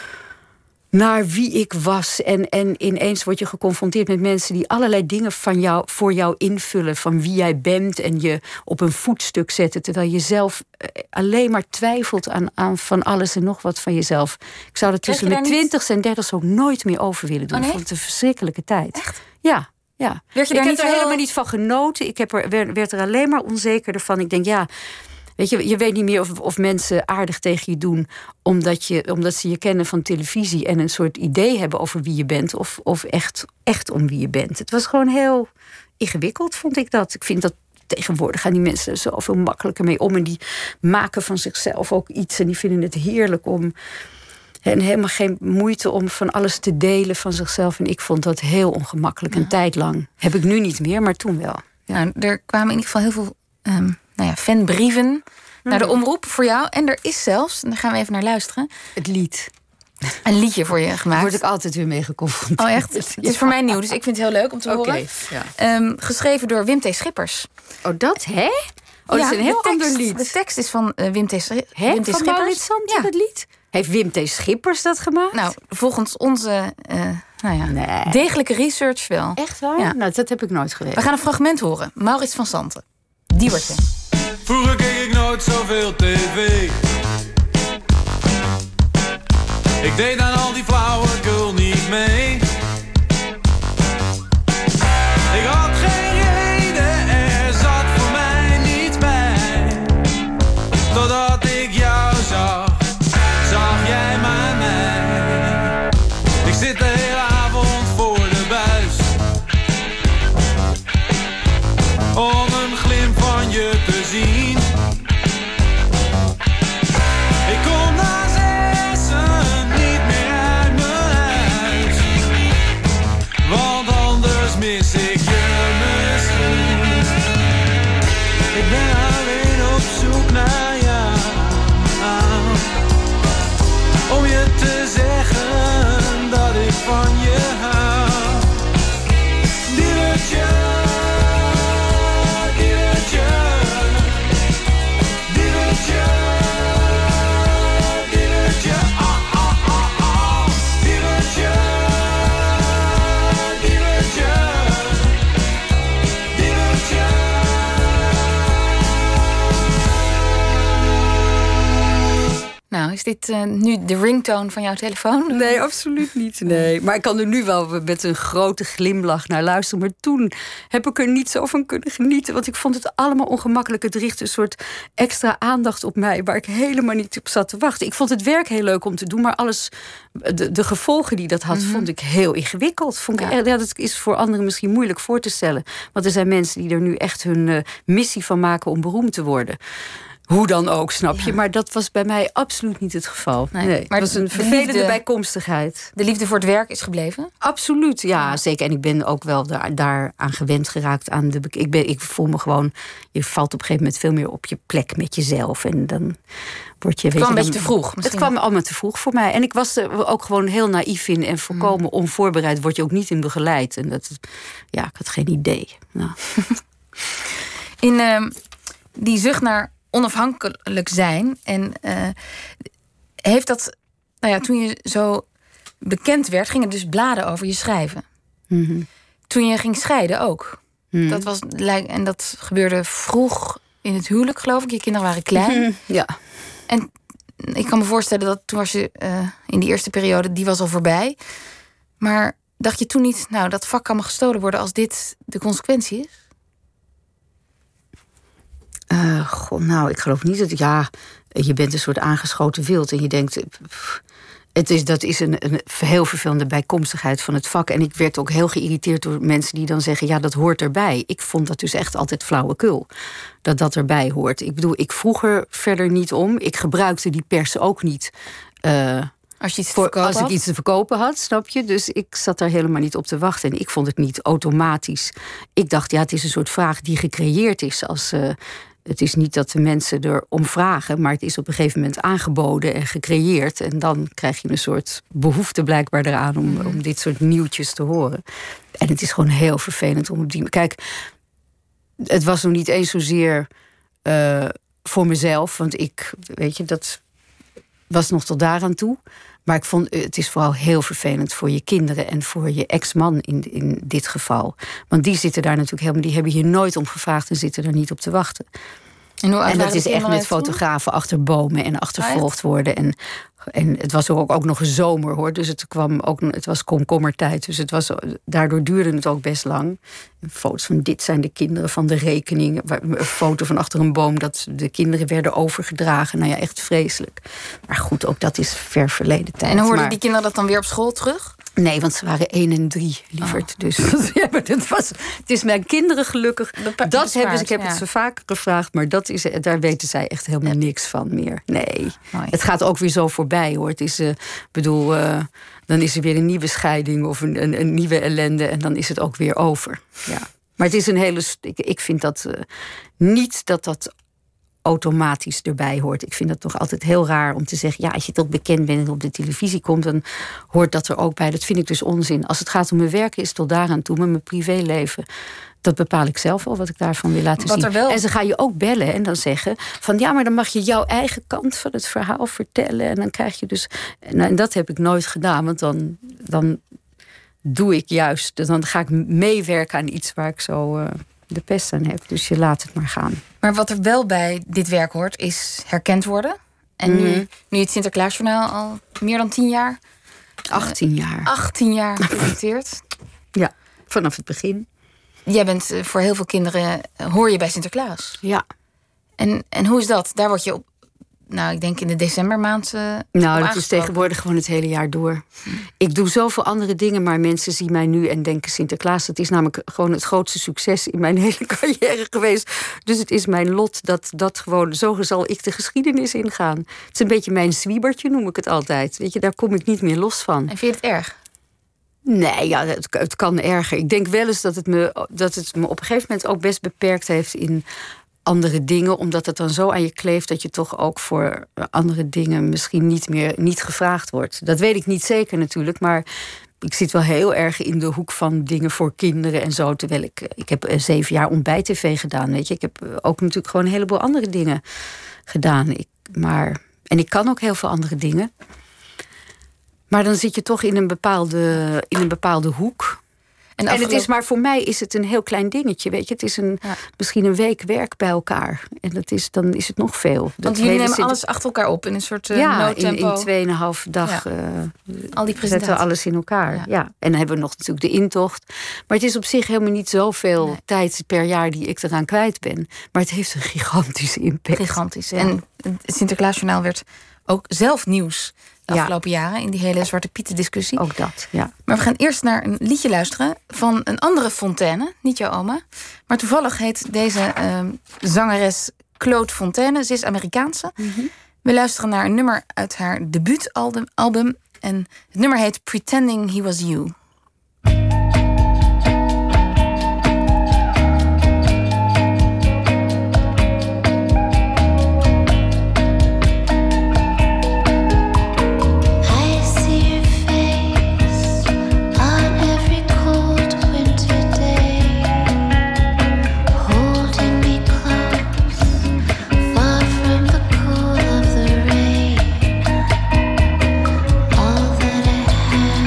naar wie ik was. En, en ineens word je geconfronteerd met mensen die allerlei dingen van jou, voor jou invullen, van wie jij bent en je op een voetstuk zetten, terwijl je zelf alleen maar twijfelt aan, aan van alles en nog wat van jezelf. Ik zou er tussen mijn twintigste niet... en dertigste ook nooit meer over willen doen. Oh, nee? Ik vond het een verschrikkelijke tijd. Echt? Ja. Ja. Werd je ik daar heb niet er heel... helemaal niet van genoten. Ik heb er, werd, werd er alleen maar onzekerder van. Ik denk, ja, weet je, je weet niet meer of, of mensen aardig tegen je doen omdat, je, omdat ze je kennen van televisie en een soort idee hebben over wie je bent, of, of echt, echt om wie je bent. Het was gewoon heel ingewikkeld, vond ik dat. Ik vind dat tegenwoordig gaan die mensen er zoveel makkelijker mee om en die maken van zichzelf ook iets en die vinden het heerlijk om... En helemaal geen moeite om van alles te delen van zichzelf. En ik vond dat heel ongemakkelijk, een ja. tijd lang. Heb ik nu niet meer, maar toen wel. Ja. Nou, er kwamen in ieder geval heel veel um, nou ja, fanbrieven mm. naar de omroep voor jou. En er is zelfs, en daar gaan we even naar luisteren... het lied. Een liedje voor je gemaakt. Daar word ik altijd weer mee geconfronteerd. Oh echt? Het is voor mij nieuw, dus ik vind het heel leuk om te okay, horen. Ja. Um, geschreven door Wim T. Schippers. Oh, dat, hè? Oh, ja, dat is een heel tekst, ander lied. De tekst is van uh, Wim T. Wim T. Van Schippers. Maurits Santen, ja. Dat lied? Heeft Wim T. Schippers dat gemaakt? Nou, volgens onze uh, nou ja, nee. degelijke research wel. Echt waar? Ja. Nou, dat heb ik nooit geweten. We gaan een fragment horen. Maurits van Santen. Die wordt er. Vroeger keek ik nooit zoveel tv. Ik deed aan al die flauwekul niet mee. Ik had geen reden, er zat voor mij niets bij. Totdat ik jou zag, zag jij maar mij. Ik zit de hele avond voor de buis om een glimp van je te zien. Ik kom na zessen niet meer uit mijn huis, want anders mis ik je misschien. Ik ben alleen op zoek naar jou, om je te zeggen dat ik van je hou. Diewertje, diewertje, diewertje, diewertje, ah, ah, ah, ah. Diewertje, diewertje, diewertje. Nou, is dit uh, nu de ringtone van jouw telefoon? Nee, absoluut niet. Nee. Maar ik kan er nu wel met een grote glimlach naar luisteren. Maar toen heb ik er niet zo van kunnen genieten. Want ik vond het allemaal ongemakkelijk. Het richtte een soort extra aandacht op mij, waar ik helemaal niet op zat te wachten. Ik vond het werk heel leuk om te doen, maar alles, de, de gevolgen die dat had, mm-hmm. vond ik heel ingewikkeld. Vond ik, ja. Ja, dat is voor anderen misschien moeilijk voor te stellen. Want er zijn mensen die er nu echt hun uh, missie van maken om beroemd te worden. Hoe dan ook, snap je? Ja. Maar dat was bij mij absoluut niet het geval. Nee, nee, maar het was een vervelende liefde, bijkomstigheid. De liefde voor het werk is gebleven? Absoluut, ja, zeker. En ik ben ook wel daar, daar aan gewend geraakt. Aan de, ik, ben, ik voel me gewoon... Je valt op een gegeven moment veel meer op je plek met jezelf. En dan word je... Het weet kwam je, een beetje dan, te vroeg. misschien. Het kwam allemaal te vroeg voor mij. En ik was er ook gewoon heel naïef in. En volkomen mm. onvoorbereid. Word je ook niet in begeleid. En dat, ja, ik had geen idee. Nou. In uh, die zucht naar onafhankelijk zijn. En uh, heeft dat, nou ja, toen je zo bekend werd, gingen dus bladen over je schrijven. Mm-hmm. Toen je ging scheiden ook. Mm. Dat was, en dat gebeurde vroeg in het huwelijk, geloof ik. Je kinderen waren klein. Mm-hmm. Ja. En ik kan me voorstellen dat toen was je uh, in die eerste periode, die was al voorbij. Maar dacht je toen niet, nou, dat vak kan me gestolen worden als dit de consequentie is? Uh, goh, nou, ik geloof niet dat... Ja, je bent een soort aangeschoten wild en je denkt... Pff, het is, dat is een, een heel vervelende bijkomstigheid van het vak. En ik werd ook heel geïrriteerd door mensen die dan zeggen... ja, dat hoort erbij. Ik vond dat dus echt altijd flauwekul. Dat dat erbij hoort. Ik bedoel, ik vroeg er verder niet om. Ik gebruikte die pers ook niet... Uh, Als, je iets te voor, verkopen als ik had? iets te verkopen had, snap je? Dus ik zat daar helemaal niet op te wachten. En ik vond het niet automatisch. Ik dacht, ja, het is een soort vraag die gecreëerd is. Als, uh, het is niet dat de mensen erom vragen... maar het is op een gegeven moment aangeboden en gecreëerd. En dan krijg je een soort behoefte blijkbaar eraan... om, mm. om dit soort nieuwtjes te horen. En het is gewoon heel vervelend om op die... Kijk, het was nog niet eens zozeer uh, voor mezelf. Want ik, weet je, dat was nog tot daaraan toe... Maar ik vond, het is vooral heel vervelend voor je kinderen... en voor je ex-man in, in dit geval. Want die zitten daar natuurlijk helemaal... die hebben hier nooit om gevraagd en zitten daar niet op te wachten. En, hoe en dat is echt met toen? fotografen achter bomen en achtervolgd worden. En, en het was ook, ook nog een zomer, hoor. Dus het, kwam ook, het was komkommertijd. Dus het was, daardoor duurde het ook best lang. Foto's van dit zijn de kinderen van de rekening. Een foto van achter een boom dat de kinderen werden overgedragen. Nou ja, echt vreselijk. Maar goed, ook dat is ver verleden tijd. En hoorden maar... die kinderen dat dan weer op school terug? Nee, want ze waren één en drie, lieverd. Oh. Dus ja, maar het, was, het is mijn kinderen gelukkig. Bepa- dat bespaard, hebben ze, ik heb ja. het ze vaker gevraagd, maar dat is, daar weten zij echt helemaal niks van meer. Nee, Mooi. Het gaat ook weer zo voorbij, hoor. Het is, uh, bedoel, uh, dan is er weer een nieuwe scheiding of een, een, een nieuwe ellende en dan is het ook weer over. Ja. Maar het is een hele. Ik, ik vind dat uh, niet dat dat automatisch erbij hoort. Ik vind dat toch altijd heel raar om te zeggen... ja, als je toch bekend bent en op de televisie komt... dan hoort dat er ook bij. Dat vind ik dus onzin. Als het gaat om mijn werk is het tot daaraan toe. Maar mijn privéleven, dat bepaal ik zelf wel... wat ik daarvan wil laten wat zien. Wel... En ze gaan je ook bellen en dan zeggen... van ja, maar dan mag je jouw eigen kant van het verhaal vertellen. En dan krijg je dus... En, en dat heb ik nooit gedaan, want dan... dan doe ik juist... dan ga ik meewerken aan iets waar ik zo... Uh, de pest aan heb. Dus je laat het maar gaan. Maar wat er wel bij dit werk hoort, is herkend worden. En mm. nu, nu het Sinterklaasjournaal al meer dan tien jaar... achttien jaar. achttien jaar gepresenteerd. Ja, vanaf het begin. Jij bent voor heel veel kinderen... hoor je bij Sinterklaas. Ja. En, en hoe is dat? Daar word je op... Nou, ik denk in de decembermaand. Uh, nou, dat is tegenwoordig gewoon het hele jaar door. Hm. Ik doe zoveel andere dingen, maar mensen zien mij nu en denken Sinterklaas. Dat is namelijk gewoon het grootste succes in mijn hele carrière geweest. Dus het is mijn lot dat dat gewoon, zo zal ik de geschiedenis ingaan. Het is een beetje mijn zwiebertje, noem ik het altijd. Weet je, daar kom ik niet meer los van. En vind je het erg? Nee, ja, het, het kan erger. Ik denk wel eens dat het, me, dat het me op een gegeven moment ook best beperkt heeft in andere dingen, omdat het dan zo aan je kleeft dat je toch ook voor andere dingen misschien niet meer niet gevraagd wordt. Dat weet ik niet zeker natuurlijk, maar ik zit wel heel erg in de hoek van dingen voor kinderen en zo. Terwijl ik, ik heb zeven jaar ontbijt-tv gedaan, weet je. Ik heb ook natuurlijk gewoon een heleboel andere dingen gedaan. Ik, maar, en ik kan ook heel veel andere dingen. Maar dan zit je toch in een bepaalde, in een bepaalde hoek. En, en het is, maar voor mij is het een heel klein dingetje, weet je. Het is een, ja. misschien een week werk bij elkaar. En dat is, dan is het nog veel. Want dat jullie nemen alles achter elkaar op in een soort uh, ja, noodtempo. in, in tweeënhalf dag ja. uh, Al die zetten we alles in elkaar. Ja. Ja. En dan hebben we nog natuurlijk de intocht. Maar het is op zich helemaal niet zoveel nee. tijd per jaar die ik eraan kwijt ben. Maar het heeft een gigantische impact. Gigantisch. Ja. En het Sinterklaasjournaal werd ook zelf nieuws de afgelopen ja. jaren in die hele Zwarte Pieten discussie. Ook dat, ja. Maar we gaan eerst naar een liedje luisteren van een andere Fontaine, niet jouw oma. Maar toevallig heet deze uh, zangeres Claude Fontaine. Ze is Amerikaanse. Mm-hmm. We luisteren naar een nummer uit haar debuutalbum. En het nummer heet Pretending He Was You. All that I have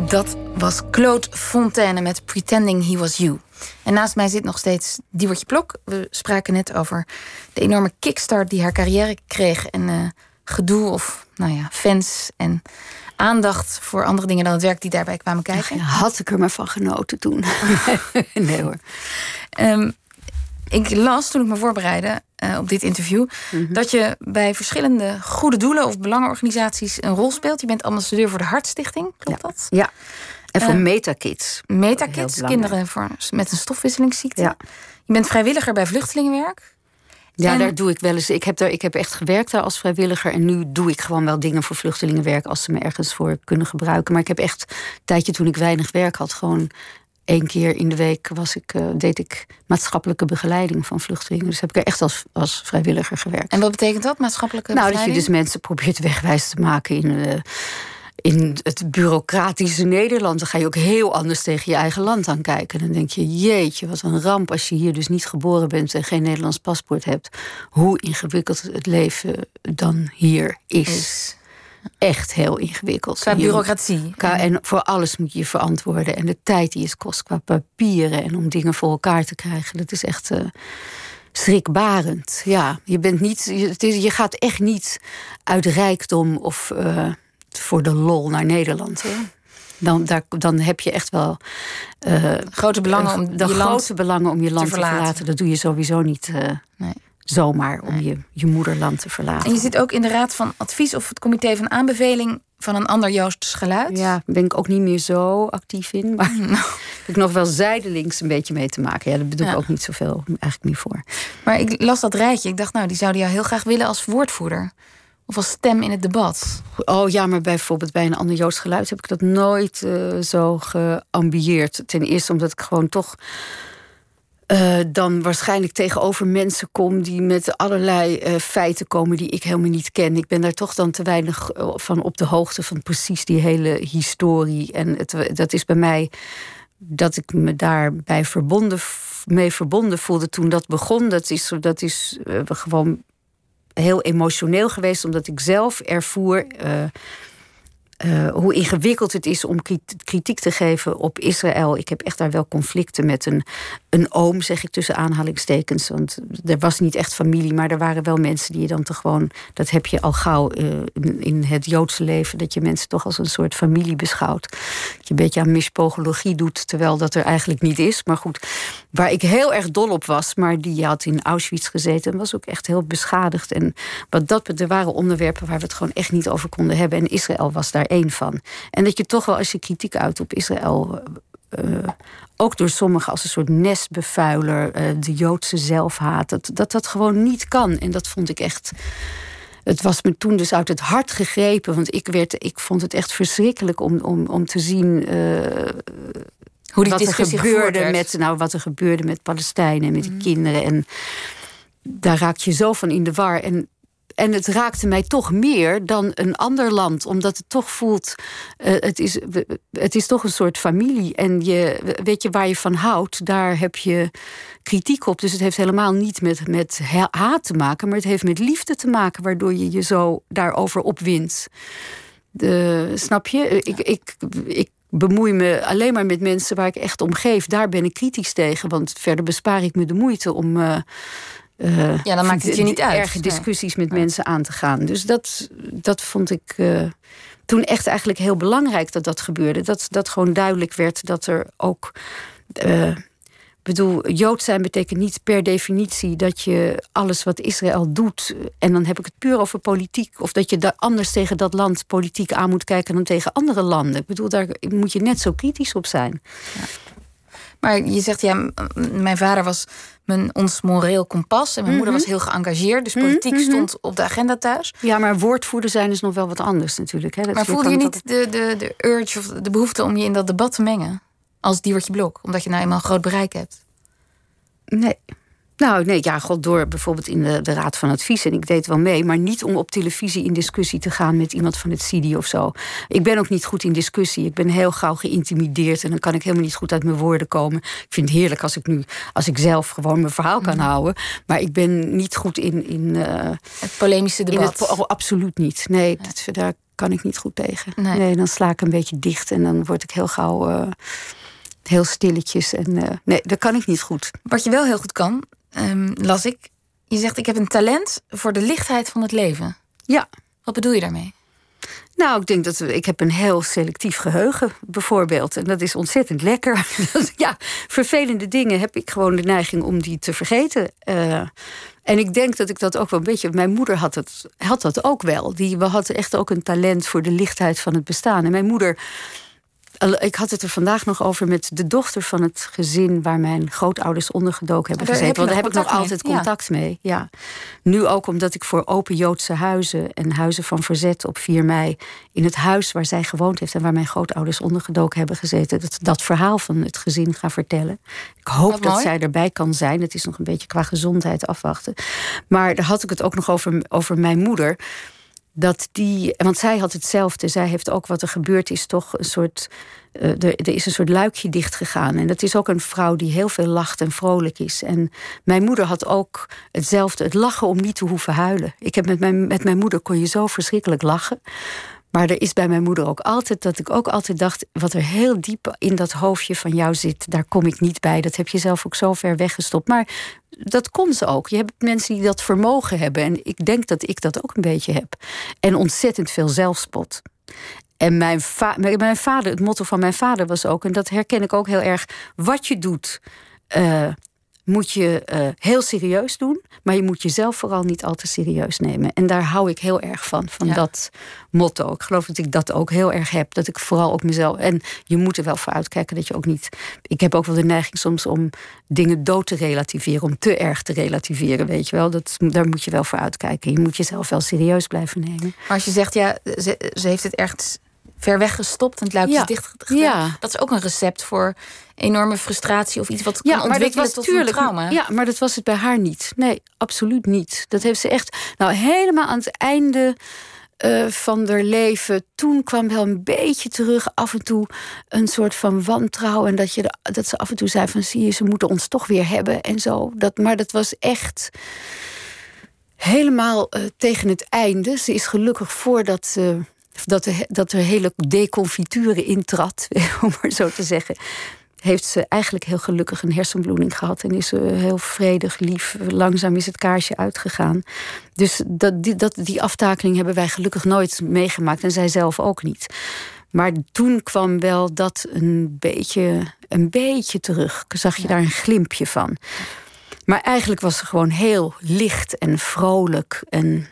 Dat was Claude Fontaine met Pretending He Was You. En naast mij zit nog steeds Diewertje Blok. We spraken net over de enorme kickstart die haar carrière kreeg. En uh, gedoe of nou ja, fans en aandacht voor andere dingen dan het werk die daarbij kwamen kijken. Ja, had ik er maar van genoten toen. Nee hoor. Um, ik las toen ik me voorbereidde uh, op dit interview... Mm-hmm. dat je bij verschillende goede doelen of belangenorganisaties een rol speelt. Je bent ambassadeur voor de Hartstichting, klopt ja. dat? Ja, en voor uh, Metakids. Metakids, kinderen voor, met een stofwisselingsziekte. Ja. Je bent vrijwilliger bij vluchtelingenwerk. Ja, en daar doe ik wel eens. Ik heb, daar, ik heb echt gewerkt daar als vrijwilliger. En nu doe ik gewoon wel dingen voor vluchtelingenwerk als ze me ergens voor kunnen gebruiken. Maar ik heb echt een tijdje toen ik weinig werk had, gewoon één keer in de week was ik, uh, deed ik maatschappelijke begeleiding van vluchtelingen. Dus heb ik er echt als, als vrijwilliger gewerkt. En wat betekent dat, maatschappelijke nou, begeleiding? Nou, dat je dus mensen probeert wegwijs te maken in, uh, in het bureaucratische Nederland. Dan ga je ook heel anders tegen je eigen land aankijken. Dan denk je, jeetje, wat een ramp als je hier dus niet geboren bent en geen Nederlands paspoort hebt. Hoe ingewikkeld het leven dan hier is. is. Echt heel ingewikkeld. Qua bureaucratie. En voor alles moet je je verantwoorden. En de tijd die het kost qua papieren en om dingen voor elkaar te krijgen. Dat is echt uh, schrikbarend. Ja, je bent niet. Het is, je gaat echt niet uit rijkdom of uh, voor de lol naar Nederland. Hè? Dan, daar, dan heb je echt wel uh, grote belangen om de je grote land belangen om je land te te verlaten. verlaten. Dat doe je sowieso niet. Uh, nee. Zomaar om je, je moederland te verlaten. En je zit ook in de Raad van Advies of het Comité van Aanbeveling van een ander Joosts geluid. Ja, daar ben ik ook niet meer zo actief in. Maar nou. heb ik nog wel zijdelings een beetje mee te maken. Ja, daar bedoel ik ja. ook niet zoveel eigenlijk meer voor. Maar ik las dat rijtje. Ik dacht, nou, die zouden jou heel graag willen als woordvoerder. Of als stem in het debat. Oh ja, maar bijvoorbeeld bij een ander Joods geluid heb ik dat nooit uh, zo geambieerd. Ten eerste omdat ik gewoon toch Uh, dan waarschijnlijk tegenover mensen kom die met allerlei uh, feiten komen die ik helemaal niet ken. Ik ben daar toch dan te weinig van op de hoogte van precies die hele historie. En het, dat is bij mij dat ik me daarbij verbonden, mee verbonden voelde toen dat begon. Dat is, dat is uh, gewoon heel emotioneel geweest, omdat ik zelf ervoer Uh, Uh, hoe ingewikkeld het is om kritiek te geven op Israël. Ik heb echt daar wel conflicten met een, een oom, zeg ik tussen aanhalingstekens. Want er was niet echt familie, maar er waren wel mensen die je dan toch gewoon, dat heb je al gauw uh, in, in het Joodse leven, dat je mensen toch als een soort familie beschouwt. Dat je een beetje aan mispogologie doet, terwijl dat er eigenlijk niet is. Maar goed, waar ik heel erg dol op was, maar die had in Auschwitz gezeten en was ook echt heel beschadigd. En wat dat, er waren onderwerpen waar we het gewoon echt niet over konden hebben. En Israël was daar één van. En dat je toch wel, als je kritiek uit op Israël, uh, ook door sommigen als een soort nestbevuiler, uh, de Joodse zelfhaat, dat, dat dat gewoon niet kan. En dat vond ik echt. Het was me toen dus uit het hart gegrepen, want ik, werd, ik vond het echt verschrikkelijk om, om, om te zien Uh, hoe die wat er gebeurde met, nou, wat er gebeurde met Palestijnen en met mm. die kinderen. En daar raak je zo van in de war. En En het raakte mij toch meer dan een ander land. Omdat het toch voelt, uh, het, is, het is toch een soort familie. En je, weet je, waar je van houdt, daar heb je kritiek op. Dus het heeft helemaal niet met, met haat te maken, maar het heeft met liefde te maken, waardoor je je zo daarover opwindt. De, snap je? Ik, ik, ik bemoei me alleen maar met mensen waar ik echt om geef. Daar ben ik kritisch tegen, want verder bespaar ik me de moeite om Uh, Uh, ja, dan maakt het je niet uit. Erge discussies nee. met ja. mensen aan te gaan. Dus dat, dat vond ik uh, toen echt eigenlijk heel belangrijk dat dat gebeurde. Dat, dat gewoon duidelijk werd dat er ook Uh, bedoel, Jood zijn betekent niet per definitie dat je alles wat Israël doet, en dan heb ik het puur over politiek, of dat je daar anders tegen dat land politiek aan moet kijken dan tegen andere landen. Ik bedoel, daar moet je net zo kritisch op zijn. Ja. Maar je zegt, ja, mijn vader was mijn, ons moreel kompas. En mijn mm-hmm. moeder was heel geëngageerd. Dus politiek mm-hmm. stond op de agenda thuis. Ja, maar woordvoerder zijn is nog wel wat anders natuurlijk. Hè. Dat maar voelde je niet de, de, de urge of de behoefte om je in dat debat te mengen? Als Diewertje Blok? Omdat je nou eenmaal een groot bereik hebt. Nee. Nou, nee, ja, god, door bijvoorbeeld in de, de Raad van Advies. En ik deed wel mee, maar niet om op televisie in discussie te gaan met iemand van het C I D I of zo. Ik ben ook niet goed in discussie. Ik ben heel gauw geïntimideerd en dan kan ik helemaal niet goed uit mijn woorden komen. Ik vind het heerlijk als ik nu, als ik zelf gewoon mijn verhaal kan mm. houden. Maar ik ben niet goed in in Uh, het polemische debat. In het, oh, absoluut niet. Nee, ja. dat, daar kan ik niet goed tegen. Nee. nee, dan sla ik een beetje dicht en dan word ik heel gauw uh, heel stilletjes. En, uh, nee, dat kan ik niet goed. Wat je wel heel goed kan, um, las ik. Je zegt, ik heb een talent voor de lichtheid van het leven. Ja. Wat bedoel je daarmee? Nou, ik denk dat we, ik heb een heel selectief geheugen, bijvoorbeeld. En dat is ontzettend lekker. Ja, vervelende dingen heb ik gewoon de neiging om die te vergeten. Uh, en ik denk dat ik dat ook wel een beetje... Mijn moeder had, het, had dat ook wel. Die, we hadden echt ook een talent voor de lichtheid van het bestaan. En mijn moeder... Ik had het er vandaag nog over met de dochter van het gezin waar mijn grootouders ondergedoken hebben gezeten. Want daar heb ik nog altijd contact mee. Ja. Nu ook omdat ik voor Open Joodse Huizen en Huizen van Verzet op vier mei in het huis waar zij gewoond heeft en waar mijn grootouders ondergedoken hebben gezeten, dat, dat verhaal van het gezin ga vertellen. Ik hoop Wat dat mooi. zij erbij kan zijn. Het is nog een beetje qua gezondheid afwachten. Maar daar had ik het ook nog over, over mijn moeder. Dat die, want zij had hetzelfde. Zij heeft ook wat er gebeurd is, toch een soort. Uh, er, er is een soort luikje dicht gegaan. En dat is ook een vrouw die heel veel lacht en vrolijk is. En mijn moeder had ook hetzelfde. Het lachen om niet te hoeven huilen. Ik heb met mijn, met mijn moeder kon je zo verschrikkelijk lachen. Maar er is bij mijn moeder ook altijd dat ik ook altijd dacht, wat er heel diep in dat hoofdje van jou zit, daar kom ik niet bij. Dat heb je zelf ook zo ver weggestopt. Maar dat kon ze ook. Je hebt mensen die dat vermogen hebben. En ik denk dat ik dat ook een beetje heb. En ontzettend veel zelfspot. En mijn, va- mijn vader, het motto van mijn vader was ook, en dat herken ik ook heel erg, wat je doet, uh, moet je uh, heel serieus doen, maar je moet jezelf vooral niet al te serieus nemen. En daar hou ik heel erg van, van ja. dat motto. Ik geloof dat ik dat ook heel erg heb, dat ik vooral ook mezelf... En je moet er wel voor uitkijken dat je ook niet... Ik heb ook wel de neiging soms om dingen dood te relativeren, om te erg te relativeren, weet je wel. Dat, daar moet je wel voor uitkijken. Je moet jezelf wel serieus blijven nemen. Maar als je zegt, ja, ze, ze heeft het echt ver weg gestopt en het luikje ja. is dicht gedaan. Ja. Dat is ook een recept voor enorme frustratie of iets wat ja, kan ontwikkelen tot tuurlijk, een trauma. Ja, maar dat was het bij haar niet. Nee, absoluut niet. Dat heeft ze echt... Nou, helemaal aan het einde uh, van haar leven, toen kwam wel een beetje terug af en toe een soort van wantrouwen. En dat, je de, dat ze af en toe zei van, zie je, ze moeten ons toch weer hebben en zo. Dat, maar dat was echt helemaal uh, tegen het einde. Ze is gelukkig voordat... Uh, Dat, de, dat er hele deconfiture intrad, om maar zo te zeggen, heeft ze eigenlijk heel gelukkig een hersenbloeding gehad en is ze heel vredig, lief. Langzaam is het kaarsje uitgegaan. Dus dat, die, dat, die aftakeling hebben wij gelukkig nooit meegemaakt en zij zelf ook niet. Maar toen kwam wel dat een beetje, een beetje terug. Zag je ja. daar een glimpje van. Maar eigenlijk was ze gewoon heel licht en vrolijk en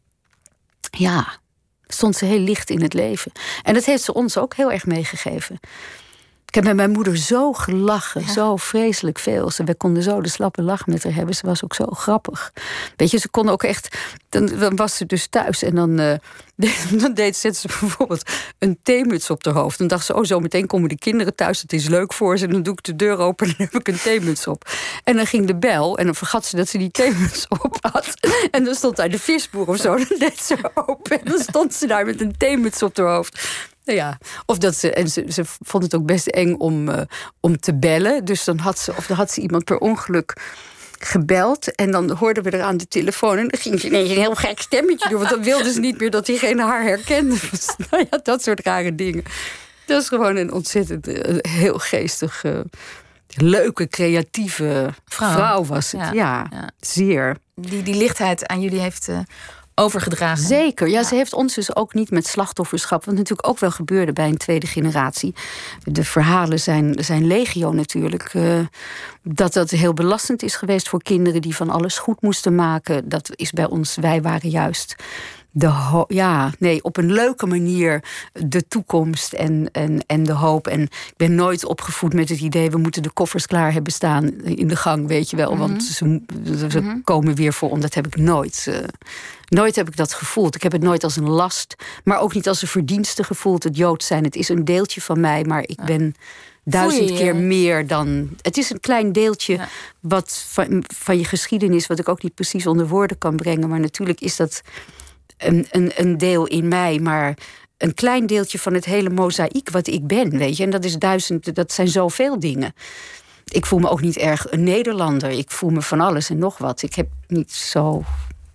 ja, stond ze heel licht in het leven. En dat heeft ze ons ook heel erg meegegeven. Ik heb met mijn moeder zo gelachen, ja. zo vreselijk veel. Ze, we konden zo de slappe lach met haar hebben. Ze was ook zo grappig. Weet je, ze kon ook echt... Dan, dan was ze dus thuis en dan, uh, dan deed, zette ze bijvoorbeeld een theemuts op haar hoofd. Dan dacht ze, oh, zo meteen komen de kinderen thuis. Het is leuk voor ze. En dan doe ik de deur open en dan heb ik een theemuts op. En dan ging de bel en dan vergat ze dat ze die theemuts op had. En dan stond daar de visboer of zo. Dan deed ze open en dan stond ze daar met een theemuts op haar hoofd. Nou ja, of dat ze, en ze, ze vond het ook best eng om, uh, om te bellen. Dus dan had ze, of dan had ze iemand per ongeluk gebeld. En dan hoorden we er aan de telefoon. En dan ging ze ineens een heel gek stemmetje doen. Want dan wilde ze niet meer dat diegene haar herkende. Nou ja, dat soort rare dingen. Dat is gewoon een ontzettend uh, heel geestig, uh, leuke, creatieve vrouw, vrouw was het. Ja, ja, ja. zeer. Die, die lichtheid aan jullie heeft... Uh... overgedragen. Zeker, ja, ja. Ze heeft ons dus ook niet met slachtofferschap, wat natuurlijk ook wel gebeurde bij een tweede generatie. De verhalen zijn, zijn legio natuurlijk. Uh, dat dat heel belastend is geweest voor kinderen die van alles goed moesten maken. Dat is bij ons, wij waren juist de ho- ja, nee, op een leuke manier de toekomst en, en, en de hoop. En ik ben nooit opgevoed met het idee, we moeten de koffers klaar hebben staan in de gang, weet je wel. Mm-hmm. Want ze, ze mm-hmm. komen weer voor om. Dat heb ik nooit. Uh, nooit heb ik dat gevoeld. Ik heb het nooit als een last, maar ook niet als een verdienste gevoeld. Het Joods zijn, het is een deeltje van mij, maar ik ja. ben duizend je, keer meer dan... Het is een klein deeltje ja. wat van, van je geschiedenis, wat ik ook niet precies onder woorden kan brengen. Maar natuurlijk is dat Een, een, een deel in mij, maar een klein deeltje van het hele mozaïek wat ik ben, weet je. En dat is duizend, dat zijn zoveel dingen. Ik voel me ook niet erg een Nederlander. Ik voel me van alles en nog wat. Ik heb niet zo...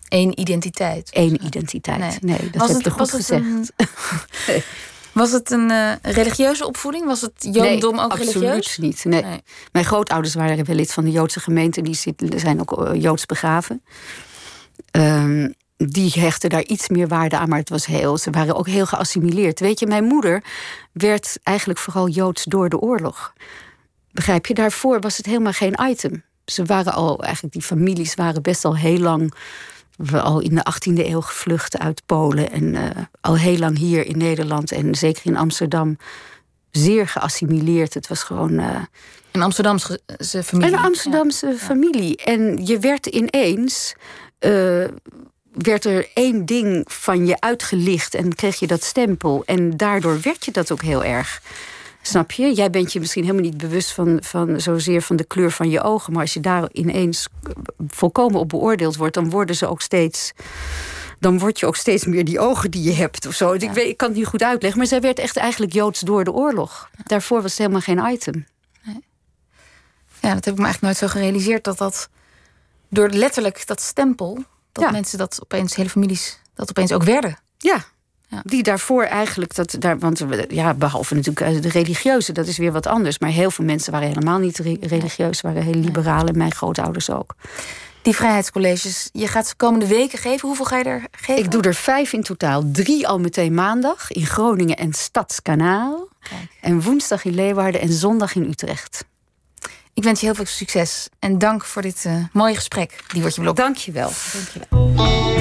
Eén identiteit. Eén identiteit. Nee, nee dat was heb het, je goed was gezegd. Het een, nee. Was het een uh, religieuze opvoeding? Was het Jodendom nee, ook absoluut religieus? Absoluut niet. Nee. Nee. Mijn grootouders waren wel lid van de Joodse gemeente. Die zijn ook uh, Joods begraven. Um, die hechten daar iets meer waarde aan, maar het was heel, ze waren ook heel geassimileerd. Weet je, mijn moeder werd eigenlijk vooral Joods door de oorlog. Begrijp je? Daarvoor was het helemaal geen item. Ze waren al, eigenlijk die families waren best al heel lang, al in de achttiende eeuw gevlucht uit Polen en uh, al heel lang hier in Nederland en zeker in Amsterdam zeer geassimileerd. Het was gewoon uh, een Amsterdamse familie. Een Amsterdamse ja. familie. En je werd ineens Uh, werd er één ding van je uitgelicht en kreeg je dat stempel. En daardoor werd je dat ook heel erg. Snap je? Jij bent je misschien helemaal niet bewust van, van zozeer van de kleur van je ogen. Maar als je daar ineens volkomen op beoordeeld wordt, dan worden ze ook steeds. Dan word je ook steeds meer die ogen die je hebt of zo. Ja. Ik, weet, ik kan het niet goed uitleggen, maar zij werd echt eigenlijk Joods door de oorlog. Ja. Daarvoor was het helemaal geen item. Nee. Ja, dat heb ik me eigenlijk nooit zo gerealiseerd dat dat door letterlijk dat stempel, dat ja. mensen dat opeens, hele families, dat opeens ook werden. Ja, ja. Die daarvoor eigenlijk, dat, daar, want ja, behalve natuurlijk de religieuze, dat is weer wat anders. Maar heel veel mensen waren helemaal niet re- religieus, waren heel liberaal en mijn grootouders ook. Die vrijheidscolleges, je gaat ze komende weken geven. Hoeveel ga je er geven? Ik doe er vijf in totaal. Drie al meteen maandag in Groningen en Stadskanaal. Kijk. En woensdag in Leeuwarden en zondag in Utrecht. Ik wens je heel veel succes. En dank voor dit uh, mooie gesprek, Liewertje Blok. Dank je wel. Dank je wel.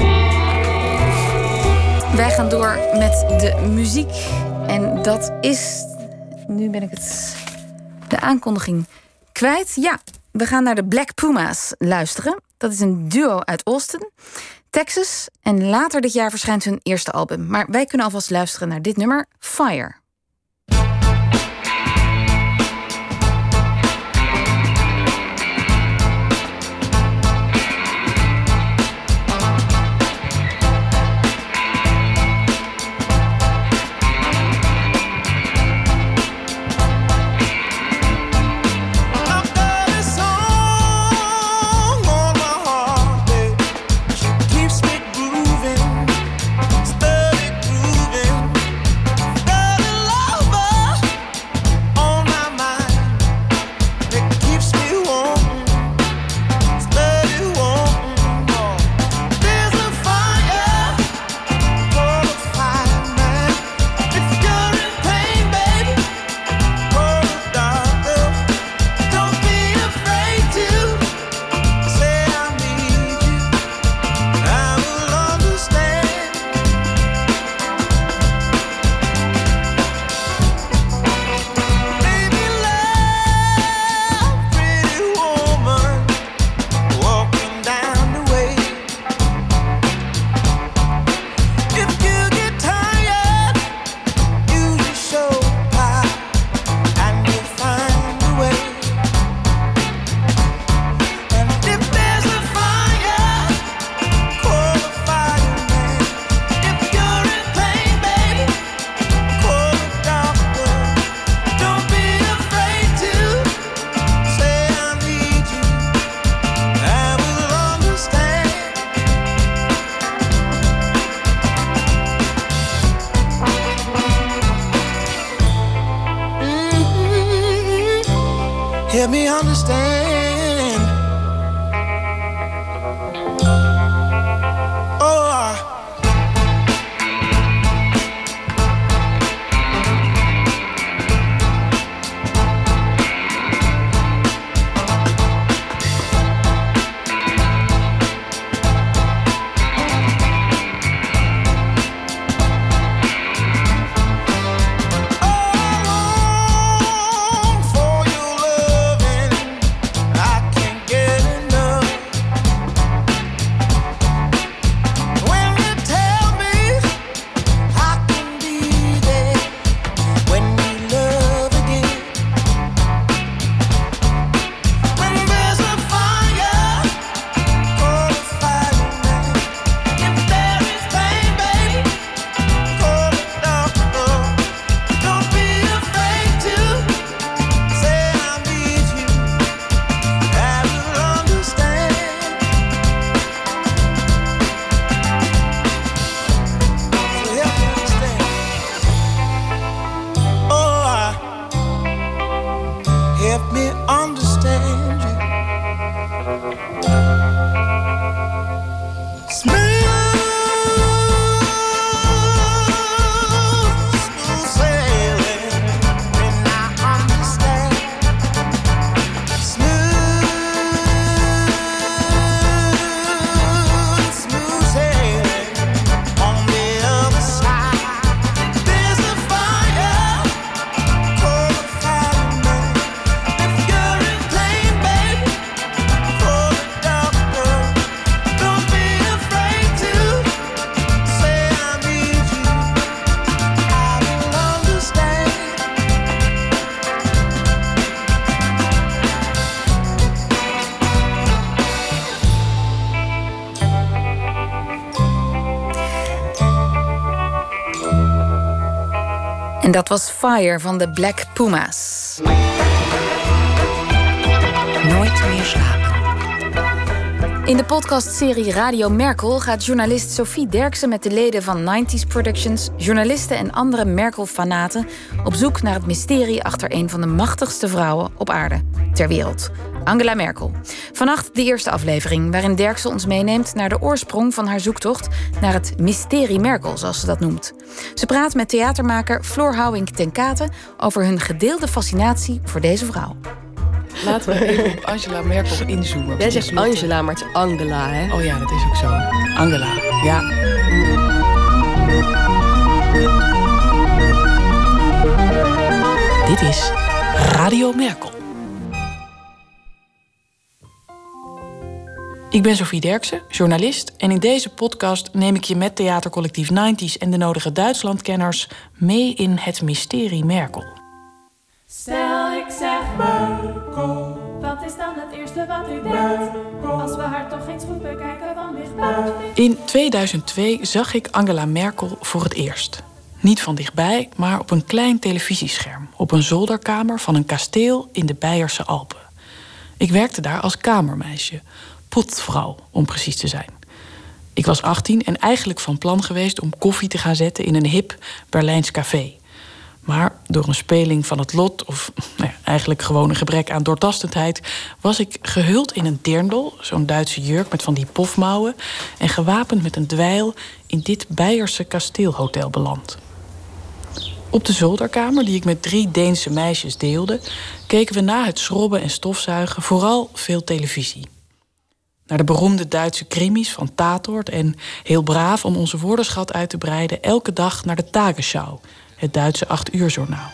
Wij gaan door met de muziek. En dat is... Nu ben ik het... de aankondiging kwijt. Ja, we gaan naar de Black Pumas luisteren. Dat is een duo uit Austin, Texas. En later dit jaar verschijnt hun eerste album. Maar wij kunnen alvast luisteren naar dit nummer, Fire. Help me understand. Oh, En dat was Fire van de Black Pumas. Nooit meer slapen. In de podcastserie Radio Merkel gaat journalist Sophie Derksen met de leden van negentig Productions, journalisten en andere Merkel-fanaten op zoek naar het mysterie achter een van de machtigste vrouwen op aarde ter wereld, Angela Merkel. Vannacht de eerste aflevering, waarin Derksen ons meeneemt naar de oorsprong van haar zoektocht naar het mysterie Merkel, zoals ze dat noemt. Ze praat met theatermaker Floor Houwink ten Kate over hun gedeelde fascinatie voor deze vrouw. Laten we even op Angela Merkel inzoomen. Jij zegt Angela, maar het is Angela, hè? Oh ja, dat is ook zo. Angela, ja. Dit is Radio Merkel. Ik ben Sophie Derksen, journalist, en in deze podcast neem ik je met theatercollectief negentig en de nodige Duitslandkenners mee in het mysterie Merkel. Stel ik zeg Merkel, wat is dan het eerste wat u denkt? Als we haar toch eens goed bekijken van dichtbij. In tweeduizend twee zag ik Angela Merkel voor het eerst. Niet van dichtbij, maar op een klein televisiescherm, op een zolderkamer van een kasteel in de Beierse Alpen. Ik werkte daar als kamermeisje, potvrouw om precies te zijn. Ik was achttien en eigenlijk van plan geweest om koffie te gaan zetten in een hip Berlijns café. Maar door een speling van het lot, of nou ja, eigenlijk gewoon een gebrek aan doortastendheid, was ik gehuld in een dirndl, zo'n Duitse jurk met van die pofmouwen, en gewapend met een dweil in dit Beierse kasteelhotel beland. Op de zolderkamer, die ik met drie Deense meisjes deelde, keken we na het schrobben en stofzuigen vooral veel televisie. Naar de beroemde Duitse krimis van Tatort en, heel braaf om onze woordenschat uit te breiden, elke dag naar de Tagesschau, het Duitse acht uur journaal.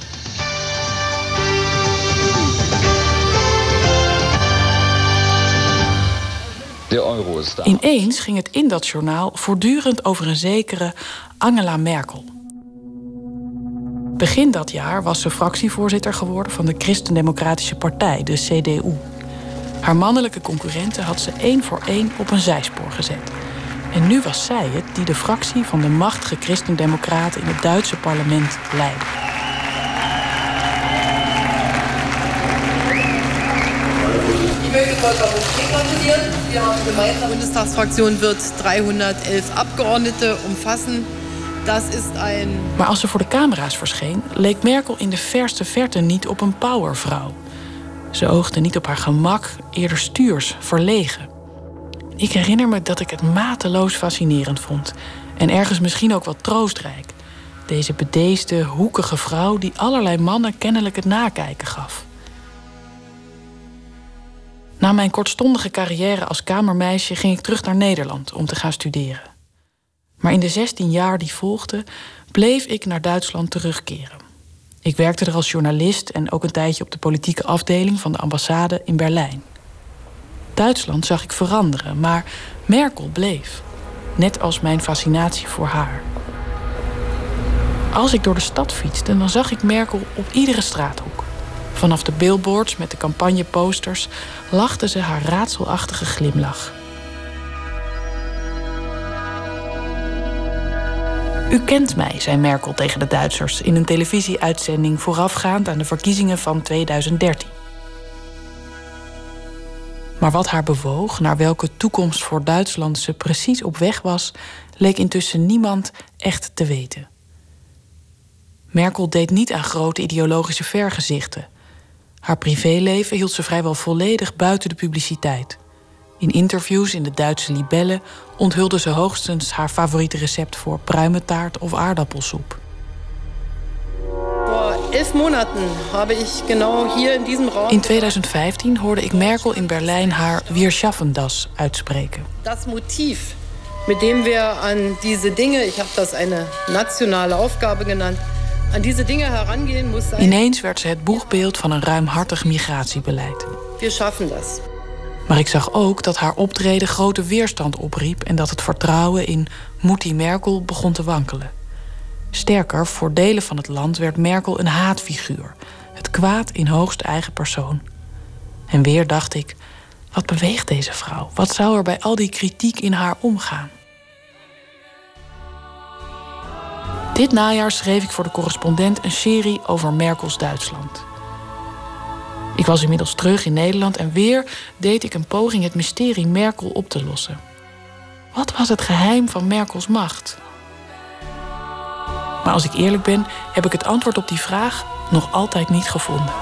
De euro is daar. Ineens ging het in dat journaal voortdurend over een zekere Angela Merkel. Begin dat jaar was ze fractievoorzitter geworden van de Christendemocratische Partij, de C D U. Haar mannelijke concurrenten had ze één voor één op een zijspoor gezet. En nu was zij het die de fractie van de machtige Christendemocraten in het Duitse parlement leidde. Die Bundestagsfraktion wird driehonderdelf Abgeordnete umfassen. Das ist ein... Maar als ze voor de camera's verscheen, leek Merkel in de verste verte niet op een powervrouw. Ze oogde niet op haar gemak, eerder stuurs, verlegen. Ik herinner me dat ik het mateloos fascinerend vond. En ergens misschien ook wat troostrijk. Deze bedeesde, hoekige vrouw die allerlei mannen kennelijk het nakijken gaf. Na mijn kortstondige carrière als kamermeisje ging ik terug naar Nederland om te gaan studeren. Maar in de zestien jaar die volgden, bleef ik naar Duitsland terugkeren. Ik werkte er als journalist en ook een tijdje op de politieke afdeling van de ambassade in Berlijn. Duitsland zag ik veranderen, maar Merkel bleef. Net als mijn fascinatie voor haar. Als ik door de stad fietste, dan zag ik Merkel op iedere straathoek. Vanaf de billboards met de campagneposters lachte ze haar raadselachtige glimlach. U kent mij, zei Merkel tegen de Duitsers in een televisieuitzending voorafgaand aan de verkiezingen van tweeduizend dertien. Maar wat haar bewoog, naar welke toekomst voor Duitsland ze precies op weg was, leek intussen niemand echt te weten. Merkel deed niet aan grote ideologische vergezichten. Haar privéleven hield ze vrijwel volledig buiten de publiciteit. In interviews in de Duitse Libelle onthulde ze hoogstens haar favoriete recept voor pruimentaart of aardappelsoep. elf Monaten habe ich genau hier in diesem Raum... In tweeduizend vijftien hoorde ik Merkel in Berlijn haar Wir schaffen das uitspreken. Dat motief, met dem wir an diese Dinge, ich habe das eine nationale Aufgabe genannt, an diese Dinge herangehen muss sein... Ineens werd ze het boegbeeld van een ruimhartig migratiebeleid. Wir schaffen das. Maar ik zag ook dat haar optreden grote weerstand opriep en dat het vertrouwen in Moetie Merkel begon te wankelen. Sterker, voor delen van het land werd Merkel een haatfiguur. Het kwaad in hoogste eigen persoon. En weer dacht ik, wat beweegt deze vrouw? Wat zou er bij al die kritiek in haar omgaan? Dit najaar schreef ik voor de correspondent een serie over Merkels Duitsland. Ik was inmiddels terug in Nederland en weer deed ik een poging het mysterie Merkel op te lossen. Wat was het geheim van Merkels macht? Maar als ik eerlijk ben, heb ik het antwoord op die vraag nog altijd niet gevonden.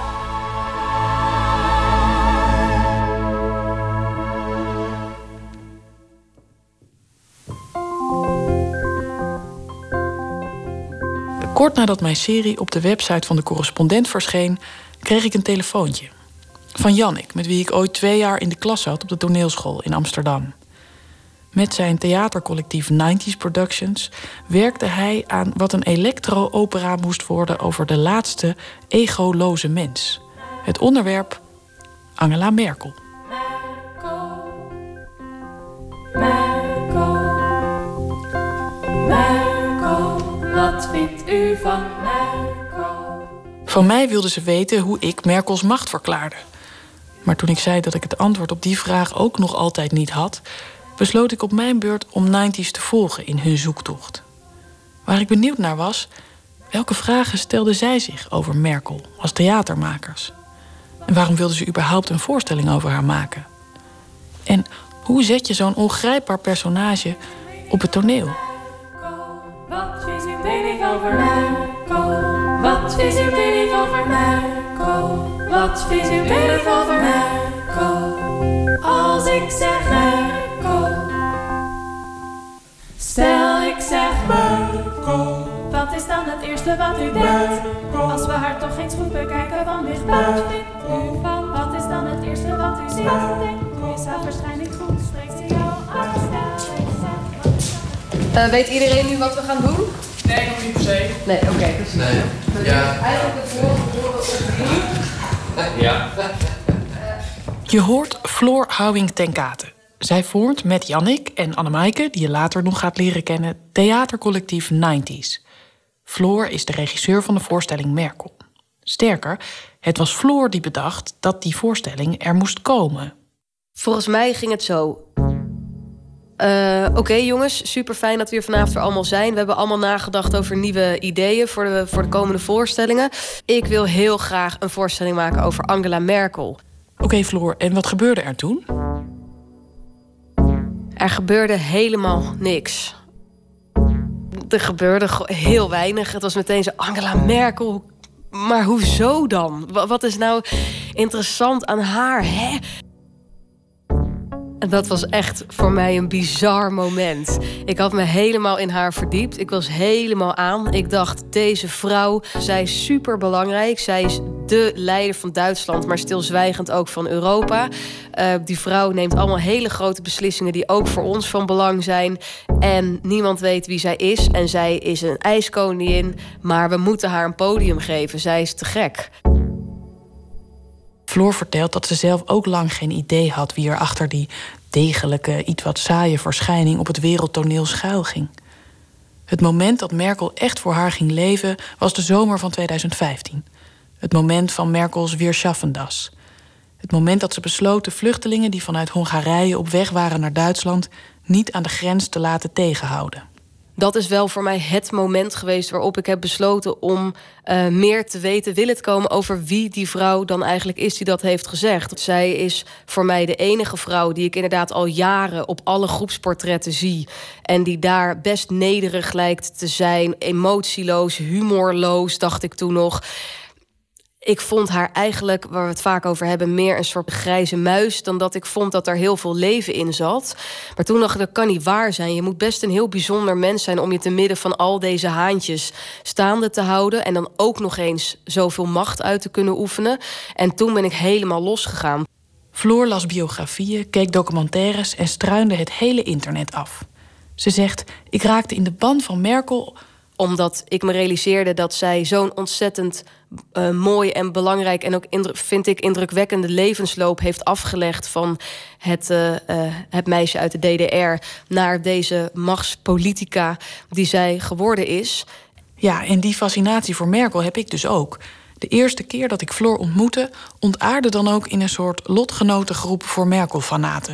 Kort nadat mijn serie op de website van de correspondent verscheen, kreeg ik een telefoontje. Van Jannik, met wie ik ooit twee jaar in de klas zat op de toneelschool in Amsterdam. Met zijn theatercollectief nineties Productions werkte hij aan wat een elektro-opera moest worden over de laatste egoloze mens. Het onderwerp Angela Merkel. Merkel, Merkel, wat vindt u van Merkel? Van mij wilden ze weten hoe ik Merkels macht verklaarde. Maar toen ik zei dat ik het antwoord op die vraag ook nog altijd niet had, besloot ik op mijn beurt om nineties te volgen in hun zoektocht. Waar ik benieuwd naar was, welke vragen stelden zij zich over Merkel als theatermakers? En waarom wilden ze überhaupt een voorstelling over haar maken? En hoe zet je zo'n ongrijpbaar personage op het toneel? Wat is uw mening over Merkel? Wat is uw mening over Merkel? Wat is uw mening over Merkel? Als ik zeg Merkel. Stel ik zeg Merkel. Wat is dan het eerste wat u denkt? Als we haar toch eens goed bekijken van dichtbij. Wat vindt u van? Wat is dan het eerste wat u ziet? Denkt, is haar waarschijnlijk goed? Spreekt ze jou aan? Stel ik zeg. Uh, weet iedereen nu wat we gaan doen? Nee, nog niet per se. Nee, oké, okay, precies. Nee. Ja. Eigenlijk het volgende opnieuw. Ja. Je hoort Floor Houwing ten Kate. Zij vormt met Jannik en Annemaike, die je later nog gaat leren kennen, theatercollectief nineties. Floor is de regisseur van de voorstelling Merkel. Sterker, het was Floor die bedacht dat die voorstelling er moest komen. Volgens mij ging het zo. Uh, Oké okay, jongens, super fijn dat we hier vanavond er allemaal zijn. We hebben allemaal nagedacht over nieuwe ideeën voor de, voor de komende voorstellingen. Ik wil heel graag een voorstelling maken over Angela Merkel. Oké okay, Floor, en wat gebeurde er toen? Er gebeurde helemaal niks. Er gebeurde heel weinig. Het was meteen zo, Angela Merkel. Maar hoezo dan? Wat is nou interessant aan haar, hè? En dat was echt voor mij een bizar moment. Ik had me helemaal in haar verdiept. Ik was helemaal aan. Ik dacht, deze vrouw, zij is super belangrijk. Zij is de leider van Duitsland, maar stilzwijgend ook van Europa. Uh, die vrouw neemt allemaal hele grote beslissingen die ook voor ons van belang zijn. En niemand weet wie zij is. En zij is een ijskoningin, maar we moeten haar een podium geven. Zij is te gek. Floor vertelt dat ze zelf ook lang geen idee had wie er achter die degelijke, iets wat saaie verschijning op het wereldtoneel schuilging. Het moment dat Merkel echt voor haar ging leven was de zomer van tweeduizend vijftien. Het moment van Merkels Wir schaffen das. Het moment dat ze besloot de vluchtelingen die vanuit Hongarije op weg waren naar Duitsland niet aan de grens te laten tegenhouden. Dat is wel voor mij het moment geweest waarop ik heb besloten om uh, meer te weten wil het komen over wie die vrouw dan eigenlijk is die dat heeft gezegd. Zij is voor mij de enige vrouw die ik inderdaad al jaren op alle groepsportretten zie. En die daar best nederig lijkt te zijn, emotieloos, humorloos, dacht ik toen nog. Ik vond haar eigenlijk, waar we het vaak over hebben, meer een soort grijze muis dan dat ik vond dat er heel veel leven in zat. Maar toen dacht ik, dat kan niet waar zijn. Je moet best een heel bijzonder mens zijn om je te midden van al deze haantjes staande te houden. En dan ook nog eens zoveel macht uit te kunnen oefenen. En toen ben ik helemaal losgegaan. Floor las biografieën, keek documentaires en struinde het hele internet af. Ze zegt, ik raakte in de ban van Merkel omdat ik me realiseerde dat zij zo'n ontzettend uh, mooi en belangrijk en ook indru- vind ik indrukwekkende levensloop heeft afgelegd van het, uh, uh, het meisje uit de D D R naar deze machtspolitica die zij geworden is. Ja, en die fascinatie voor Merkel heb ik dus ook. De eerste keer dat ik Floor ontmoette, ontaarde dan ook in een soort lotgenotengroep voor Merkel-fanaten.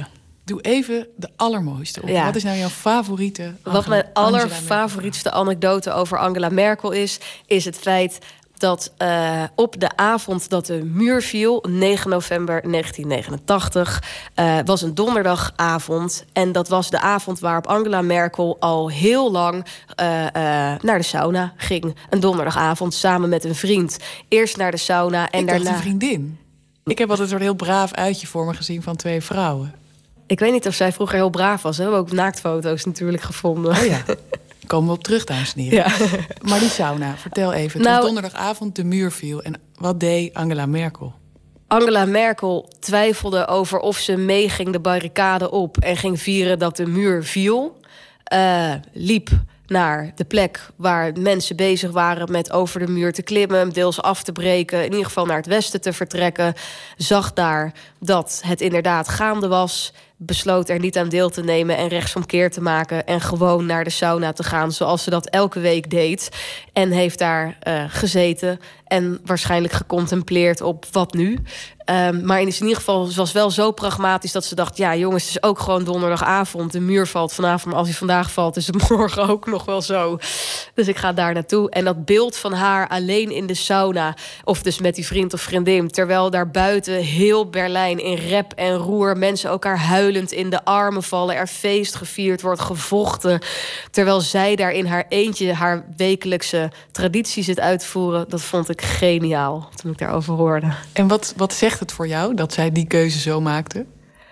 Doe even de allermooiste op. Ja. Wat is nou jouw favoriete Angela, Wat mijn Angela allerfavorietste anekdote over Angela Merkel is... is het feit dat uh, op de avond dat de muur viel... negen november negentien negenentachtig, uh, was een donderdagavond. En dat was de avond waarop Angela Merkel al heel lang... Uh, uh, naar de sauna ging. Een donderdagavond samen met een vriend. Eerst naar de sauna en Ik daarna... dacht een vriendin. Ik heb altijd een soort heel braaf uitje voor me gezien van twee vrouwen. Ik weet niet of zij vroeger heel braaf was. Hè? We hebben ook naaktfoto's natuurlijk gevonden. Oh ja, komen we op terug, dames en heren. Ja. Maar die sauna, vertel even. Toen Nou, donderdagavond de muur viel. En wat deed Angela Merkel? Angela Merkel twijfelde over of ze meeging de barricade op... en ging vieren dat de muur viel. Uh, liep naar de plek waar mensen bezig waren met over de muur te klimmen... deels af te breken, in ieder geval naar het westen te vertrekken. Zag daar dat het inderdaad gaande was... besloot er niet aan deel te nemen en rechtsomkeer te maken... en gewoon naar de sauna te gaan zoals ze dat elke week deed. En heeft daar uh, gezeten en waarschijnlijk gecontempleerd op wat nu. Um, maar in ieder geval, ze was wel zo pragmatisch dat ze dacht... ja jongens, het is ook gewoon donderdagavond. De muur valt vanavond, maar als hij vandaag valt... is het morgen ook nog wel zo. Dus ik ga daar naartoe. En dat beeld van haar alleen in de sauna... of dus met die vriend of vriendin... terwijl daar buiten heel Berlijn in rep en roer... mensen elkaar huilend in de armen vallen... er feest gevierd wordt, gevochten... terwijl zij daar in haar eentje... haar wekelijkse traditie zit uitvoeren... dat vond ik geniaal, toen ik daarover hoorde. En wat, wat zegt het voor jou dat zij die keuze zo maakte?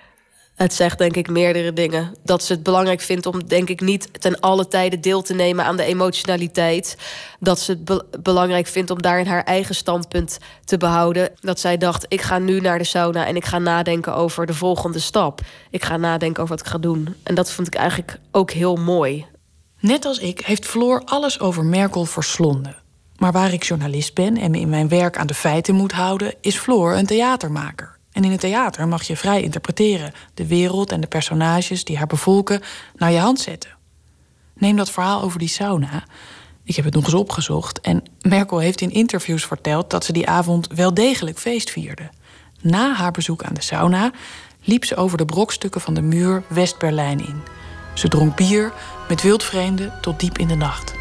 Het zegt denk ik meerdere dingen. Dat ze het belangrijk vindt om denk ik niet ten alle tijde deel te nemen aan de emotionaliteit. Dat ze het be- belangrijk vindt om daarin haar eigen standpunt te behouden. Dat zij dacht, ik ga nu naar de sauna en ik ga nadenken over de volgende stap. Ik ga nadenken over wat ik ga doen. En dat vond ik eigenlijk ook heel mooi. Net als ik heeft Floor alles over Merkel verslonden. Maar waar ik journalist ben en me in mijn werk aan de feiten moet houden... is Floor een theatermaker. En in het theater mag je vrij interpreteren. De wereld en de personages die haar bevolken naar je hand zetten. Neem dat verhaal over die sauna. Ik heb het nog eens opgezocht. En Merkel heeft in interviews verteld dat ze die avond wel degelijk feest vierde. Na haar bezoek aan de sauna liep ze over de brokstukken van de muur West-Berlijn in. Ze dronk bier met wildvreemden tot diep in de nacht.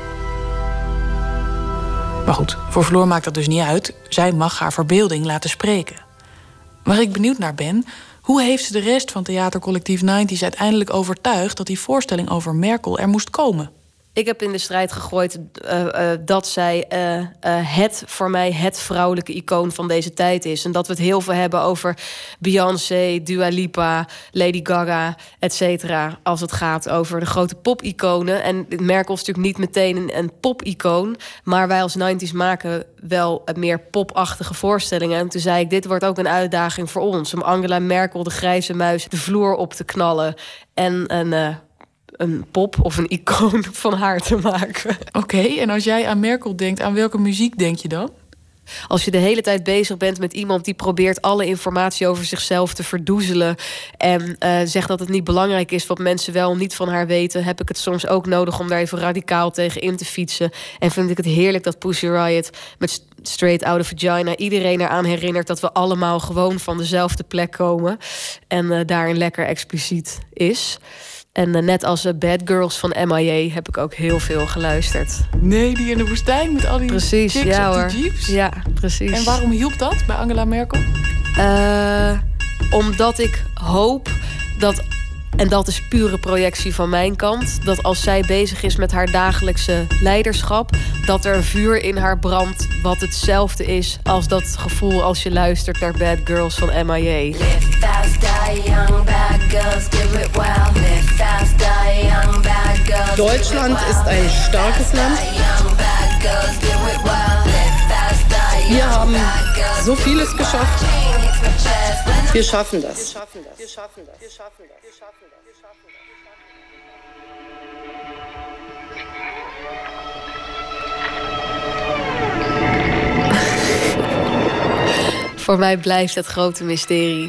Maar goed, voor Floor maakt dat dus niet uit. Zij mag haar verbeelding laten spreken. Waar ik benieuwd naar ben, hoe heeft ze de rest van theatercollectief negentig uiteindelijk overtuigd dat die voorstelling over Merkel er moest komen? Ik heb in de strijd gegooid uh, uh, dat zij uh, uh, het, voor mij het vrouwelijke icoon van deze tijd is. En dat we het heel veel hebben over Beyoncé, Dua Lipa, Lady Gaga, et cetera. Als het gaat over de grote pop-iconen. En Merkel is natuurlijk niet meteen een, een pop-icoon. Maar wij als negentig's maken wel meer popachtige voorstellingen. En toen zei ik, dit wordt ook een uitdaging voor ons. Om Angela Merkel, de grijze muis, de vloer op te knallen. En een... Uh, een pop of een icoon van haar te maken. Oké, okay, en als jij aan Merkel denkt, aan welke muziek denk je dan? Als je de hele tijd bezig bent met iemand die probeert alle informatie over zichzelf te verdoezelen en uh, zegt dat het niet belangrijk is wat mensen wel niet van haar weten, heb ik het soms ook nodig om daar even radicaal tegen in te fietsen. En vind ik het heerlijk dat Pussy Riot met Straight Outta Vagina iedereen eraan herinnert dat we allemaal gewoon van dezelfde plek komen en uh, daarin lekker expliciet is. En uh, net als uh, Bad Girls van M I A heb ik ook heel veel geluisterd. Nee, die in de woestijn met al die precies, chicks ja, op hoor. die jeeps? Ja, precies. En waarom hielp dat bij Angela Merkel? Uh, omdat ik hoop dat... En dat is pure projectie van mijn kant. Dat als zij bezig is met haar dagelijkse leiderschap, dat er een vuur in haar brandt wat hetzelfde is als dat gevoel als je luistert naar Bad Girls van M I A. Live fast, die young bad girls, do it well. Live fast, die young bad girls. Deutschland ist ein starkes Land. Wir haben so vieles geschafft. Wir schaffen das. Wir schaffen das. Wir schaffen das. Wir schaffen das. Wir schaffen das. Wir schaffen das. Voor mij blijft het grote mysterie.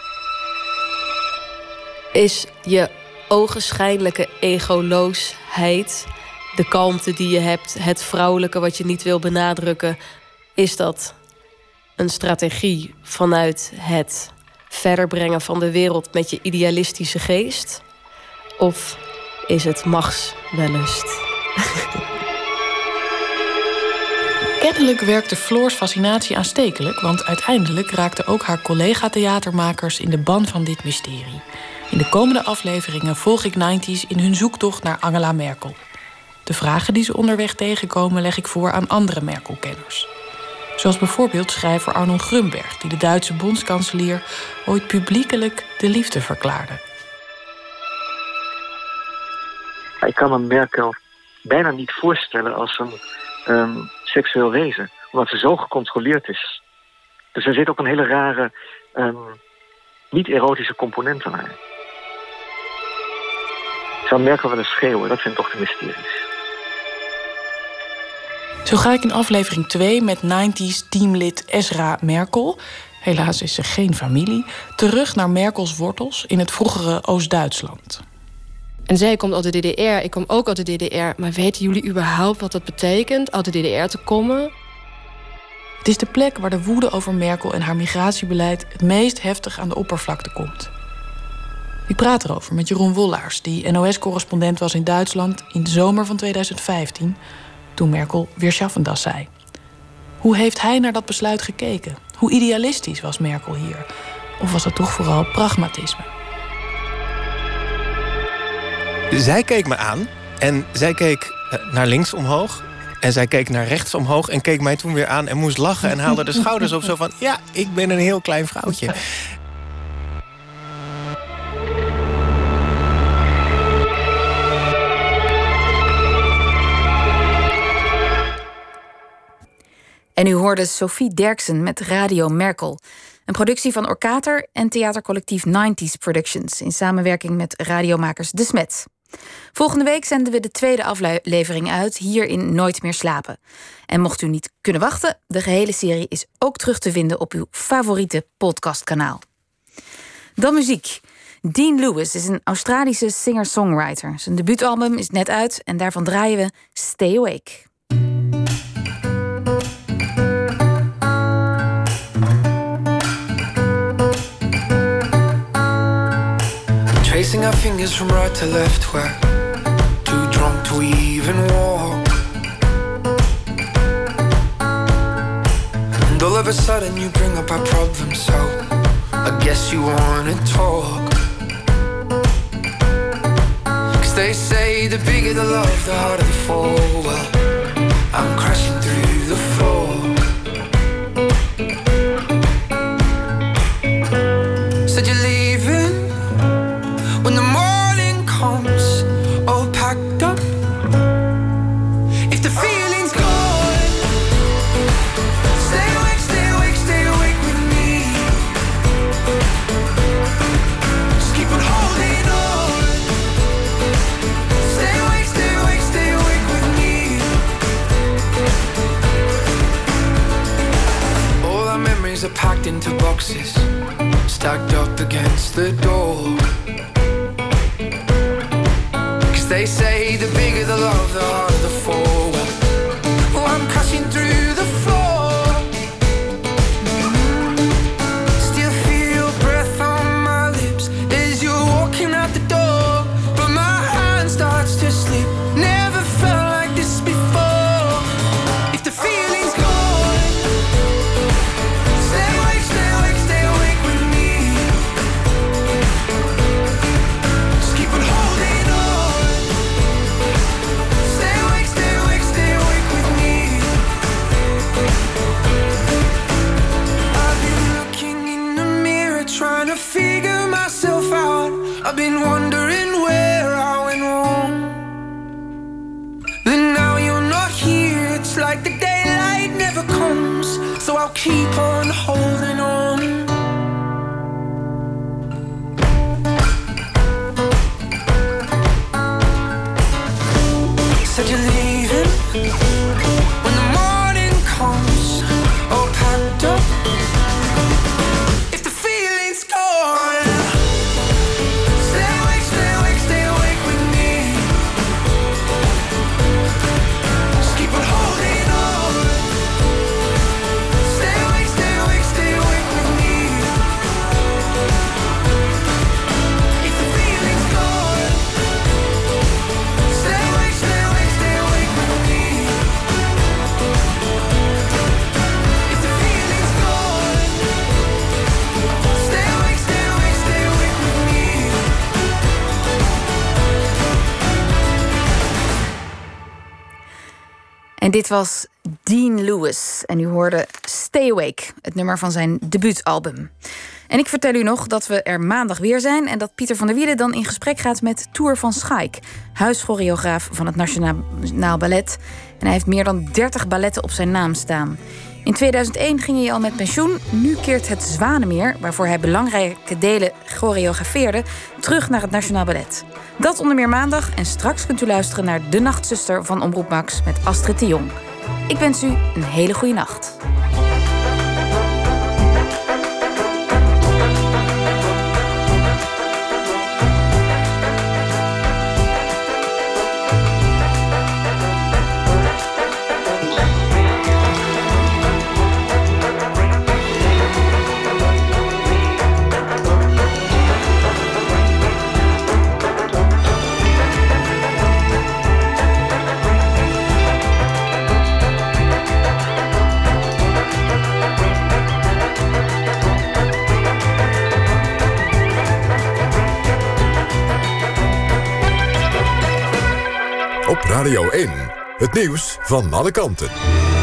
Is je ogenschijnlijke egoloosheid, de kalmte die je hebt, het vrouwelijke wat je niet wil benadrukken, is dat een strategie vanuit het verder brengen van de wereld met je idealistische geest? Of is het machtswellust? Kennelijk werkte Floors fascinatie aanstekelijk, want uiteindelijk raakten ook haar collega-theatermakers in de ban van dit mysterie. In de komende afleveringen volg ik nineties in hun zoektocht naar Angela Merkel. De vragen die ze onderweg tegenkomen leg ik voor aan andere Merkel-kenners. Zoals bijvoorbeeld schrijver Arnold Grunberg, die de Duitse bondskanselier ooit publiekelijk de liefde verklaarde. Ik kan me Merkel bijna niet voorstellen als een um, seksueel wezen, omdat ze zo gecontroleerd is. Dus er zit ook een hele rare, um, niet-erotische component aan haar. Zou Merkel wel eens schreeuwen? Dat zijn toch de mysteries. Zo ga ik in aflevering twee met nineties teamlid Ezra Merkel, helaas is ze geen familie, terug naar Merkels wortels in het vroegere Oost-Duitsland. En zij komt uit de D D R, ik kom ook uit de D D R. Maar weten jullie überhaupt wat dat betekent, uit de D D R te komen? Het is de plek waar de woede over Merkel en haar migratiebeleid het meest heftig aan de oppervlakte komt. Ik praat erover met Jeroen Wollaars, die N O S-correspondent was in Duitsland in de zomer van tweeduizend vijftien, toen Merkel weer Schaffendas zei. Hoe heeft hij naar dat besluit gekeken? Hoe idealistisch was Merkel hier? Of was het toch vooral pragmatisme? Zij keek me aan en zij keek naar links omhoog en zij keek naar rechts omhoog en keek mij toen weer aan en moest lachen en haalde de schouders op zo van, ja, ik ben een heel klein vrouwtje. En u hoorde Sophie Derksen met Radio Merkel. Een productie van Orkater en theatercollectief nineties Productions in samenwerking met radiomakers De Smet. Volgende week zenden we de tweede aflevering uit hier in Nooit meer slapen. En mocht u niet kunnen wachten, de gehele serie is ook terug te vinden op uw favoriete podcastkanaal. Dan muziek. Dean Lewis is een Australische singer-songwriter. Zijn debuutalbum is net uit en daarvan draaien we Stay Awake. Tracing our fingers from right to left, we're too drunk to even walk. And all of a sudden you bring up our problems, so I guess you wanna talk. Cause they say the bigger the love, the harder the fall. Well, I'm crashing through the floor. Said you're leaving when the morning comes, all packed up. If the feeling's gone, stay awake, stay awake, stay awake with me. Just keep on holding on. Stay awake, stay awake, stay awake with me. All our memories are packed into boxes, stacked up against the door. They say the bigger the love, the harder the fall. Well, I'm crashing through the floor. Still feel breath on my lips as you're walking out the door. But my hand starts to slip. Never felt like this before. If the feeling's gone, stay awake, stay awake, stay awake with me. Just keep on holding on. Trying to figure myself out. I've been wondering where I went wrong. But now you're not here. It's like the daylight never comes. So I'll keep on holding on. Said you're leaving when the morning comes, all packed up. En dit was Dean Lewis. En u hoorde Stay Awake, het nummer van zijn debuutalbum. En ik vertel u nog dat we er maandag weer zijn... en dat Pieter van der Wielen dan in gesprek gaat met Toer van Schaik... huischoreograaf van het Nationaal Ballet. En hij heeft meer dan dertig balletten op zijn naam staan. In tweeduizend één ging hij al met pensioen. Nu keert het Zwanemeer, waarvoor hij belangrijke delen choreografeerde... terug naar het Nationaal Ballet. Dat onder meer maandag. En straks kunt u luisteren naar De Nachtzuster van Omroep Max... met Astrid de Jong. Ik wens u een hele goede nacht. Op Radio één, het nieuws van alle kanten.